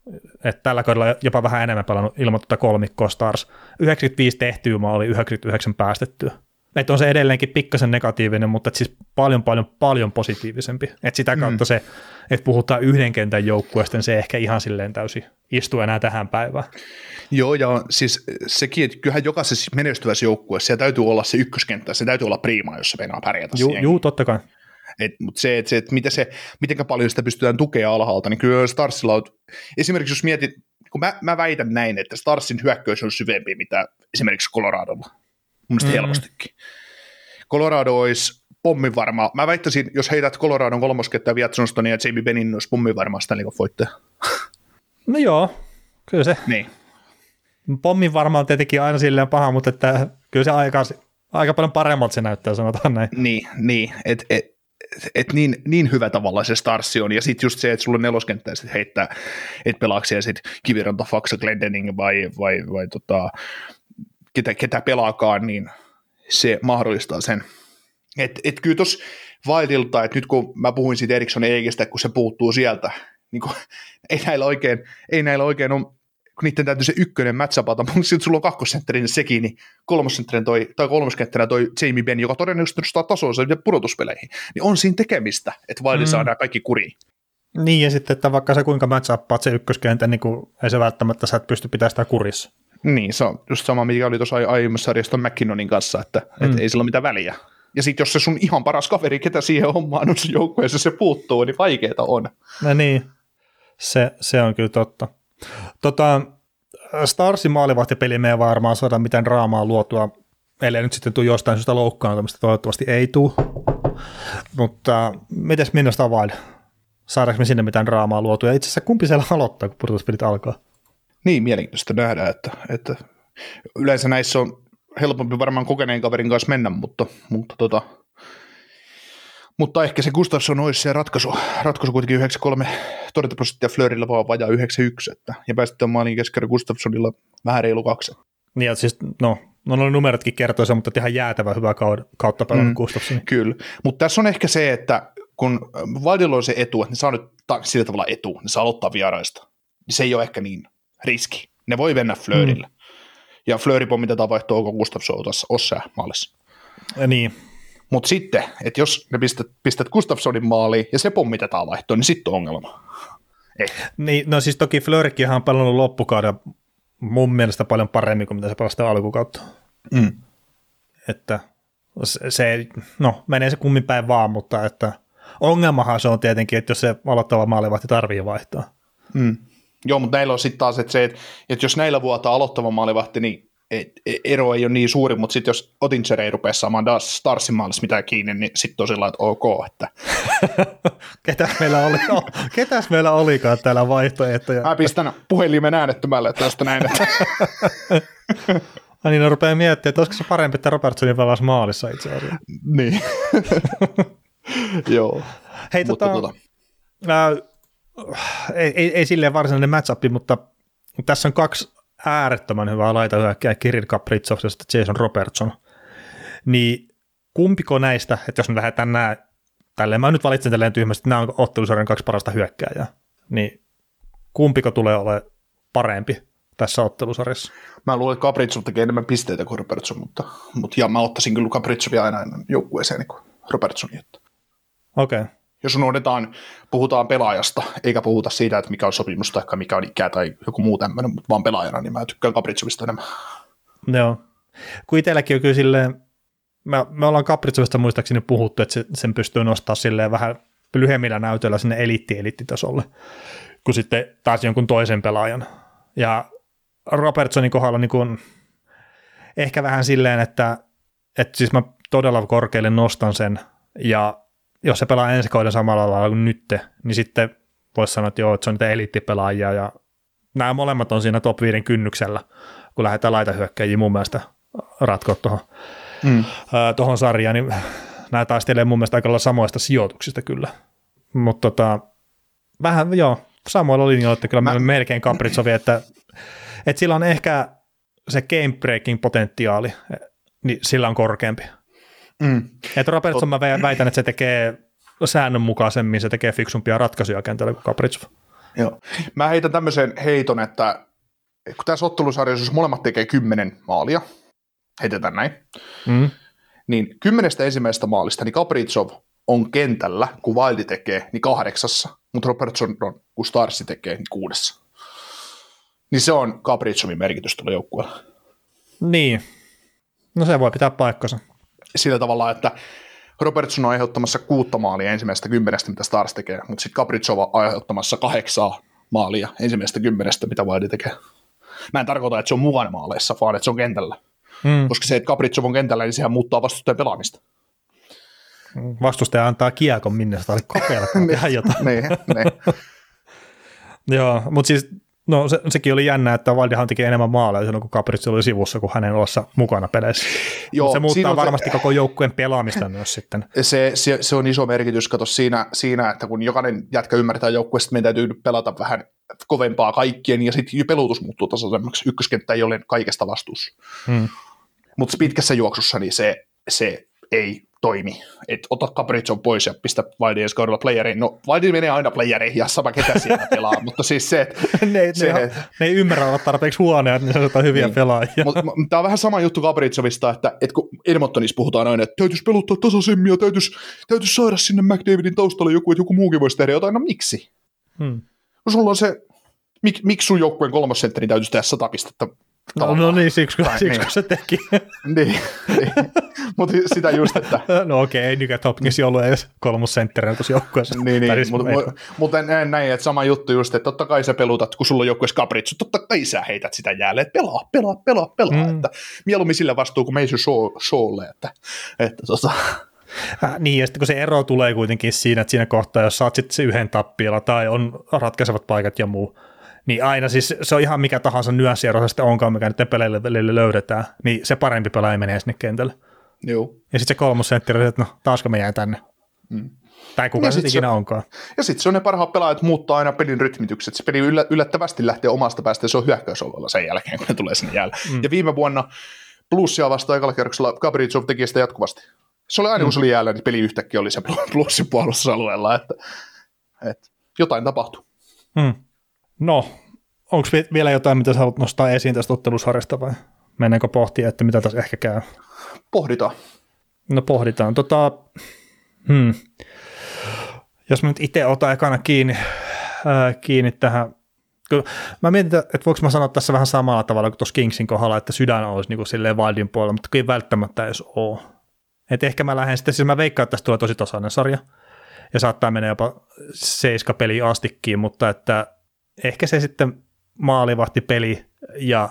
että tällä kaudella jopa vähän enemmän pelannut ilman tuota kolmikkoa Stars. yhdeksänkymmentäviisi tehtyä maali, yhdeksänkymmentäyhdeksän päästettyä. Että on se edelleenkin pikkasen negatiivinen, mutta siis paljon, paljon, paljon positiivisempi. Että sitä kautta mm. se, että puhutaan yhden kentän joukkueesta, niin se ehkä ihan silleen täysin istuu enää tähän päivään. Joo, ja siis sekin, että kyllähän jokaisessa menestyvässä joukkueessa siellä täytyy olla se ykköskenttä, se täytyy olla priimaa, jos se meinaa pärjätä. Juu, juu, totta kai. Et, mutta se, että, se, että miten se, mitenkä paljon sitä pystytään tukea alhaalta, niin kyllä Starsilla on, esimerkiksi jos mietit, kun mä, mä väitän näin, että Starsin hyökkäys on syvempi, mitä esimerkiksi Coloradolla. Mun mielestä mm-hmm. helpostikin. Colorado olisi pommin varma. Mä väittäisin, jos heität Coloradon kolmoskettä, Viat Johnstonia ja Jamie Bennin, olisi pommin varma Stanley Cup-voittaja. No joo, kyllä se. Niin. Pommin varmaan tietenkin aina silleen paha, mutta että kyllä se aika, aika paljon paremmalta se näyttää, sanotaan näin. Niin, niin että et, et, et niin, niin hyvä tavalla se Starsi on, ja sitten just se, että sulla on neloskenttä ja sitten heittää, että pelaako siellä sitten Kiviranta, Faksa, Glendening vai, vai, vai tota, ketä, ketä pelaakaan, niin se mahdollistaa sen. Että et kyllä tuossa Wildilta, että nyt kun mä puhuin siitä Eriksson Eikestä, kun se puuttuu sieltä, niin kun, ei näillä oikein, ei näillä oikein ole, kun niiden täytyy se ykkönen matchapata, mutta sitten sulla on kakkosentterin sekin, niin kolmosentterin toi, tai kolmoskenttänä toi Jamie Benn, joka todennäköisesti nostaa tasonsa ja pudotuspeleihin, niin on siinä tekemistä, että Wild mm. saa nämä kaikki kuriin. Niin, ja sitten, että vaikka sä kuinka matchapaat se ykköskentän, niin kun ei se välttämättä sä et pysty pitämään sitä kurissa. Niin, se on just sama, mikä oli tuossa aiemmassa sarjassa McKinnonin kanssa, että mm. et ei sillä ole mitään väliä. Ja sitten jos se sun ihan paras kaveri, ketä siihen hommaan on se joukkueessa, se puuttuu, niin vaikeeta on. No niin, se, se on kyllä totta. Tota, Starsin maalivahtipeli me ei varmaan saada mitään draamaa luotua, ellei nyt sitten tule jostain syystä loukkaantumista, toivottavasti ei tule. Mutta mites Minnesota Wild? Saadaanko me sinne mitään draamaa luotua? Ja itse asiassa kumpi siellä aloittaa, kun pudotuspelit alkaa? Niin, mielenkiintoista nähdä, että, että yleensä näissä on helpompi varmaan kokeneen kaverin kanssa mennä, mutta, mutta, tota, mutta ehkä se Gustafsson olisi se ratkaisu, ratkaisu kuitenkin yhdeksänkymmentäkolme torjuntaprosenttia Flörillä vaan vajaa yhdeksänkymmentäyksi, että, ja päästetään maaliin keskari Gustafssonilla vähän reilu kaksi. Niin, siis, no, no numerotkin numerotkin kertoo sen, mutta ihan jäätävä hyvä kautta pelannut mm, Gustafsson. Kyllä, mutta tässä on ehkä se, että kun Wildilla on se etu, että ne saa nyt sillä tavalla etu, ne saa aloittaa vieraista, niin se ei ole ehkä niin riski. Ne voi mennä Flörille. Mm. Ja Fleury pommitetaan vaihtoa, onko Gustafsson ossa maalissa. Ja niin. Mutta sitten, että jos ne pistät, pistät Gustafssonin maaliin ja se pommitetaan vaihtoon, niin sitten on ongelma. Ei. Niin, no siis toki Fleurykin on pelannut loppukauden mun mielestä paljon paremmin kuin mitä se pelasi alkukautta. Mm. Että se, no menee se kummin päin vaan, mutta että ongelmahan se on tietenkin, että jos se aloittava maalivahti tarvii vaihtaa. Mm. Joo, mutta näillä on sitten taas, että se, että, että jos näillä vuotaa aloittava maalivahti, niin et, ero ei ole niin suuri, mutta sitten jos Oettinger ei rupea saamaan Starsin maalissa mitään kiinni, niin sitten on sillä että ok. Että. Ketäs meillä oli? No, ketäs meillä olikaan täällä vaihtoehtoja? Mä pistän puhelimen äänettömälle tästä näin. Että. Ai niin, no rupeaa miettimään, että olisiko se parempi, että Robertsonin pelasi maalissa itse asiassa. Niin. Joo. Hei, tota, tota. Ää, ei, ei, ei silleen varsinainen match-up, mutta tässä on kaksi äärettömän hyvää laitahyökkääjää, Kirill Kaprizov ja sitten Jason Robertson. Niin kumpiko näistä, että jos me lähdetään nämä, tälleen mä nyt valitsen tälleen tyhmästi, että nämä on ottelusarjan kaksi parasta hyökkääjää, niin kumpiko tulee olemaan parempi tässä ottelusarjassa? Mä luulen, että Kaprizov tekee enemmän pisteitä kuin Robertson, mutta, mutta ja mä ottaisin kyllä Kaprizovia aina joukkueeseen niin kuin Robertsonia. Okei. Okay. Jos unohdetaan, puhutaan pelaajasta, eikä puhuta siitä, että mikä on sopimus tai mikä on ikää tai joku muu tämmöinen, mutta vaan pelaajana, niin mä tykkään Kaprizovista enemmän. Joo. Kun itselläkin on kyllä silleen, me, me ollaan Kaprizovista muistaakseni puhuttu, että se, sen pystyy nostamaan silleen vähän lyhyemmillä näytöillä sinne eliitti-eliittitasolle, kuin sitten taas jonkun toisen pelaajan. Ja Robertsonin kohdalla niin kuin, ehkä vähän silleen, että, että siis mä todella korkealle nostan sen, ja jos se pelaa ensi kauden samalla lailla kuin nyt, niin sitten voisi sanoa, että joo, että se on niitä eliittipelaajia, ja nämä molemmat on siinä top viiden kynnyksellä, kun lähdetään laitahyökkäjiä mun mielestä ratkoa tuohon mm. äh, sarjaan, niin nämä taistelee mun mielestä aika lailla samoista sijoituksista kyllä. Mutta tota, vähän joo, samoilla linjoilla, että kyllä mä melkein Kaprizovia, että, että sillä on ehkä se game breaking potentiaali, niin sillä on korkeampi. Mm. Että Robertson mä väitän, että se tekee säännönmukaisemmin, se tekee fiksumpia ratkaisuja kentällä kuin Kaprizov. Joo. Mä heitän tämmöisen heiton, että kun tässä ottelusarjassa, jos molemmat tekee kymmenen maalia, heitetään näin, mm. niin kymmenestä ensimmäisestä maalista, niin Kaprizov on kentällä, kun Wildi tekee, niin kahdeksassa, mutta Robertson on, kun Starsi tekee, niin kuudessa. Niin se on Kaprizovin merkitys tuolla joukkueella. Niin. No se voi pitää paikkansa. Sillä tavalla, että Robertson on aiheuttamassa kuutta maalia ensimmäisestä kymmenestä, mitä Stars tekee, mutta sitten Kaprizov on aiheuttamassa kahdeksaa maalia ensimmäisestä kymmenestä, mitä Wildi tekee. Mä en tarkoita, että se on mukana maaleissa, vaan että se on kentällä. Mm. Koska se, että Kaprizov on kentällä, niin sehän muuttaa vastustajan pelaamista. Vastustaja antaa kiekon minne, sitä oli kokeilla tehdä jotain. niin, niin. Joo, mutta siis no, se, sekin oli jännä, että Wildihan teki enemmän maaleja silloin, kun Kaprizov oli sivussa, kuin hänen ollessa mukana peleissä. Joo, se muuttaa varmasti se, koko joukkueen pelaamista myös sitten. Se, se, se on iso merkitys, kato siinä, siinä, että kun jokainen jätkä ymmärtää joukkueesta, meidän täytyy pelata vähän kovempaa kaikkien, ja sitten pelutus muuttuu tasaisemmaksi. Ykköskenttä ei ole kaikesta vastuussa. Hmm. Mutta pitkässä juoksussa niin se, se ei toimi. Et ota Kaprizov pois ja pistä Wildi ensi kaudella playereihin. No, Wildi menee aina playereihin ja sama ketä siellä pelaa, mutta siis se, että ne, se, ne, ne ei ymmärrä olla tarpeeksi huoneja, että ne sanotaan hyviä niin. pelaajia. Tämä on vähän sama juttu Kaprizovista, että, että kun Edmontonissa puhutaan aina, että täytyisi peluttaa tasaisemmin ja täytyisi, täytyisi saada sinne McDavidin taustalle joku, että joku muukin voisi tehdä jotain. No miksi? Hmm. No sulla on se, mik, miksi sun joukkueen kolmosentteri täytyisi tehdä sata pistettä? No, no niin, siksi, tai, siksi niin. se teki. niin, niin. mutta sitä just, että... no okei, okay, ei Nugent Hopkins ollut edes kolmossentterinä tuossa joukkueessa. niin, niin mutta mut, näin, näin, että sama juttu just, että totta kai sä pelutat, kun sulla on joukkueessa Kaprizov, totta kai sä heität sitä jäälle, että pelaa, pelaa, pelaa, pelaa, mm. että mieluummin sillä vastuu kuin Mason Shawlle, että, että tota... Äh, niin, ja sitten kun se ero tulee kuitenkin siinä, että siinä kohtaa, jos saat sitten se yhden tappiolla tai on ratkaisevat paikat ja muu, niin aina siis se on ihan mikä tahansa nyanssiero se sitten onkaan, mikä nyt peleille välillä löydetään, niin se parempi pelaaja menee sinne kentälle. Joo. Ja sitten se kolmosentteri, että no taasko me jää tänne. Mm. Tai kuka se ikinä on, onkaan. Ja sitten se on ne parhaat pelaajat muuttaa aina pelin rytmitykset. Se peli yllättävästi lähtee omasta päästä ja se on hyökkäysalueella sen jälkeen, kun ne tulee sinne jäälle. Mm. Ja viime vuonna Plussia vastaan ekalla kierroksella Kaprizov teki sitä jatkuvasti. Se oli aina, kun se oli jäällä, niin peli yhtäkkiä oli se Plussin puolustusalueella, että, että jotain tapahtui. Mm. No, onko vielä jotain, mitä sä haluat nostaa esiin tästä ottelusarjasta vai mennäänkö pohtia, että mitä tässä ehkä käy? Pohditaan. No pohditaan. Tota, hmm. Jos mä nyt itse otan ekana kiinni, äh, kiinni tähän, mä mietin, että voiko mä sanoa tässä vähän samalla tavalla kuin tuossa Kingsin kohdalla, että sydän olisi niin kuin silleen Wildin puolella, mutta ei välttämättä edes ole. Et ehkä mä lähden sitten, siis mä veikkaan, että tästä tulee tosi tasainen sarja, ja saattaa mennä jopa seiska peli astikkiin, mutta että ehkä se sitten maalivahtipeli ja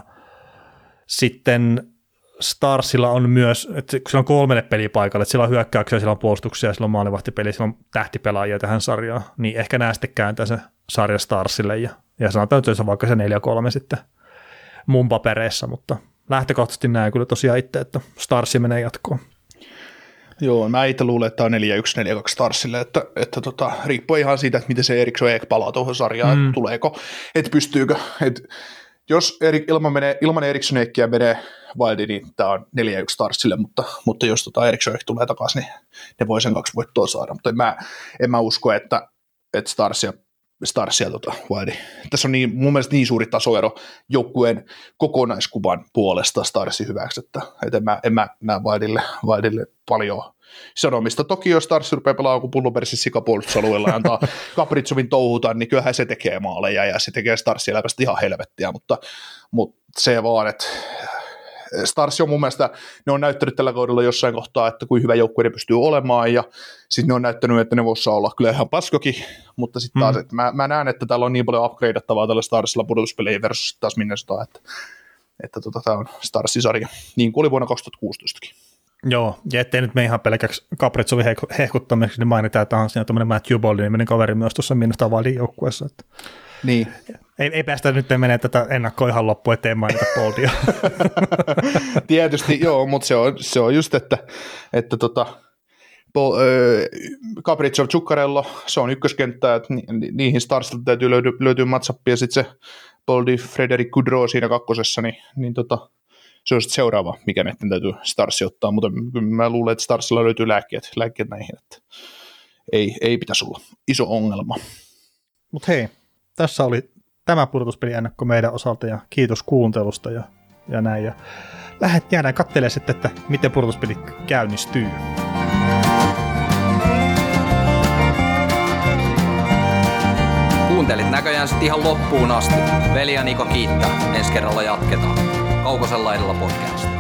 sitten Starsilla on myös, että kun sillä on kolmelle pelipaikalle, että sillä on hyökkäyksiä, sillä on puolustuksia, sillä on maalivahtipeli, sillä on tähtipelaajia tähän sarjaan, niin ehkä nämä sitten kääntää se sarja Starsille ja, ja sanotaan, että se on vaikka se neljä kolme sitten mun papereissa, mutta lähtökohtaisesti näen kyllä tosiaan itse, että Starsi menee jatkoon. Joo, mä itse luulen, että tämä on neljä yksi neljä kaksi Starsille, että, että tota, riippuu ihan siitä, että miten se Eriksson Ek palaa tuohon sarjaan, mm. että tuleeko, että pystyykö, että jos eri, ilman, menee, ilman Eriksson Ekkiä menee Wildi, niin tämä on neljä yksi Starsille, mutta, mutta jos tota Eriksson Ek tulee takaisin, niin ne voi sen kaksi voittoa saada, mutta en mä, en mä usko, että, että Starsia, Starsia tota, Wildi. Tässä on niin, mun mielestä niin suuri tasoero joukkueen kokonaiskuvan puolesta Starsin hyväksi, että, että en mä, en mä näe Wildille, Wildille paljon sanomista. Toki jos Stars rupeaa pelaamaan kuin pullopersin sikapuolustusalueella ja antaa Kaprizovin touhuta, niin kyllähän se tekee maaleja ja se tekee Starsin elämästä ihan helvettiä, mutta, mutta se vaan, että Stars on mun mielestä, ne on näyttänyt tällä kaudella jossain kohtaa, että kuin hyvä joukkue ne pystyy olemaan, ja sitten ne on näyttänyt, että ne voisi olla kyllä ihan paskokin, mutta sitten taas, mm. että mä, mä näen, että täällä on niin paljon upgradeattavaa tällä Starsilla pudotuspeleihin versus taas Minnesota, että, että tota, tämä on Starsin sarja, niin kuin oli vuonna kaksituhattakuusitoistakin. Joo, ja ettei nyt me ihan pelkäksi Kaprizovin hehkuttamiseksi, niin mainitaan, että on siinä tämmöinen Matthew Boldy-niminen kaveri myös tuossa Minnesota Wildin joukkueessa. Niin. Ei, ei päästä nyt menee tätä ennakkoa ihan loppuun, ettei mainita Boldia. Tietysti joo, mutta se on, se on just, että, että tota, Kaprizov, Zuccarello, se on ykköskenttää, että ni, niihin Starsilta täytyy löytyä, löytyä matchapia, ja sitten se Boldy, Frederic Goudreau siinä kakkosessa, niin, niin tota, se on sitten seuraava, mikä näiden täytyy Starsi ottaa, mutta mä luulen, että Starsilla löytyy lääkkeet, lääkkeet näihin, että ei, ei pitäisi olla iso ongelma. Mutta hei, tässä oli tämä pudotuspeliennakko meidän osalta ja kiitos kuuntelusta ja, ja näin. Ja lähdet jäädään katselemaan sitten, että miten pudotuspeli käynnistyy. Kuuntelit näköjään sitten ihan loppuun asti. Veli ja Niko kiittää. Ensi kerralla jatketaan. Kaukosen laidalla podcast.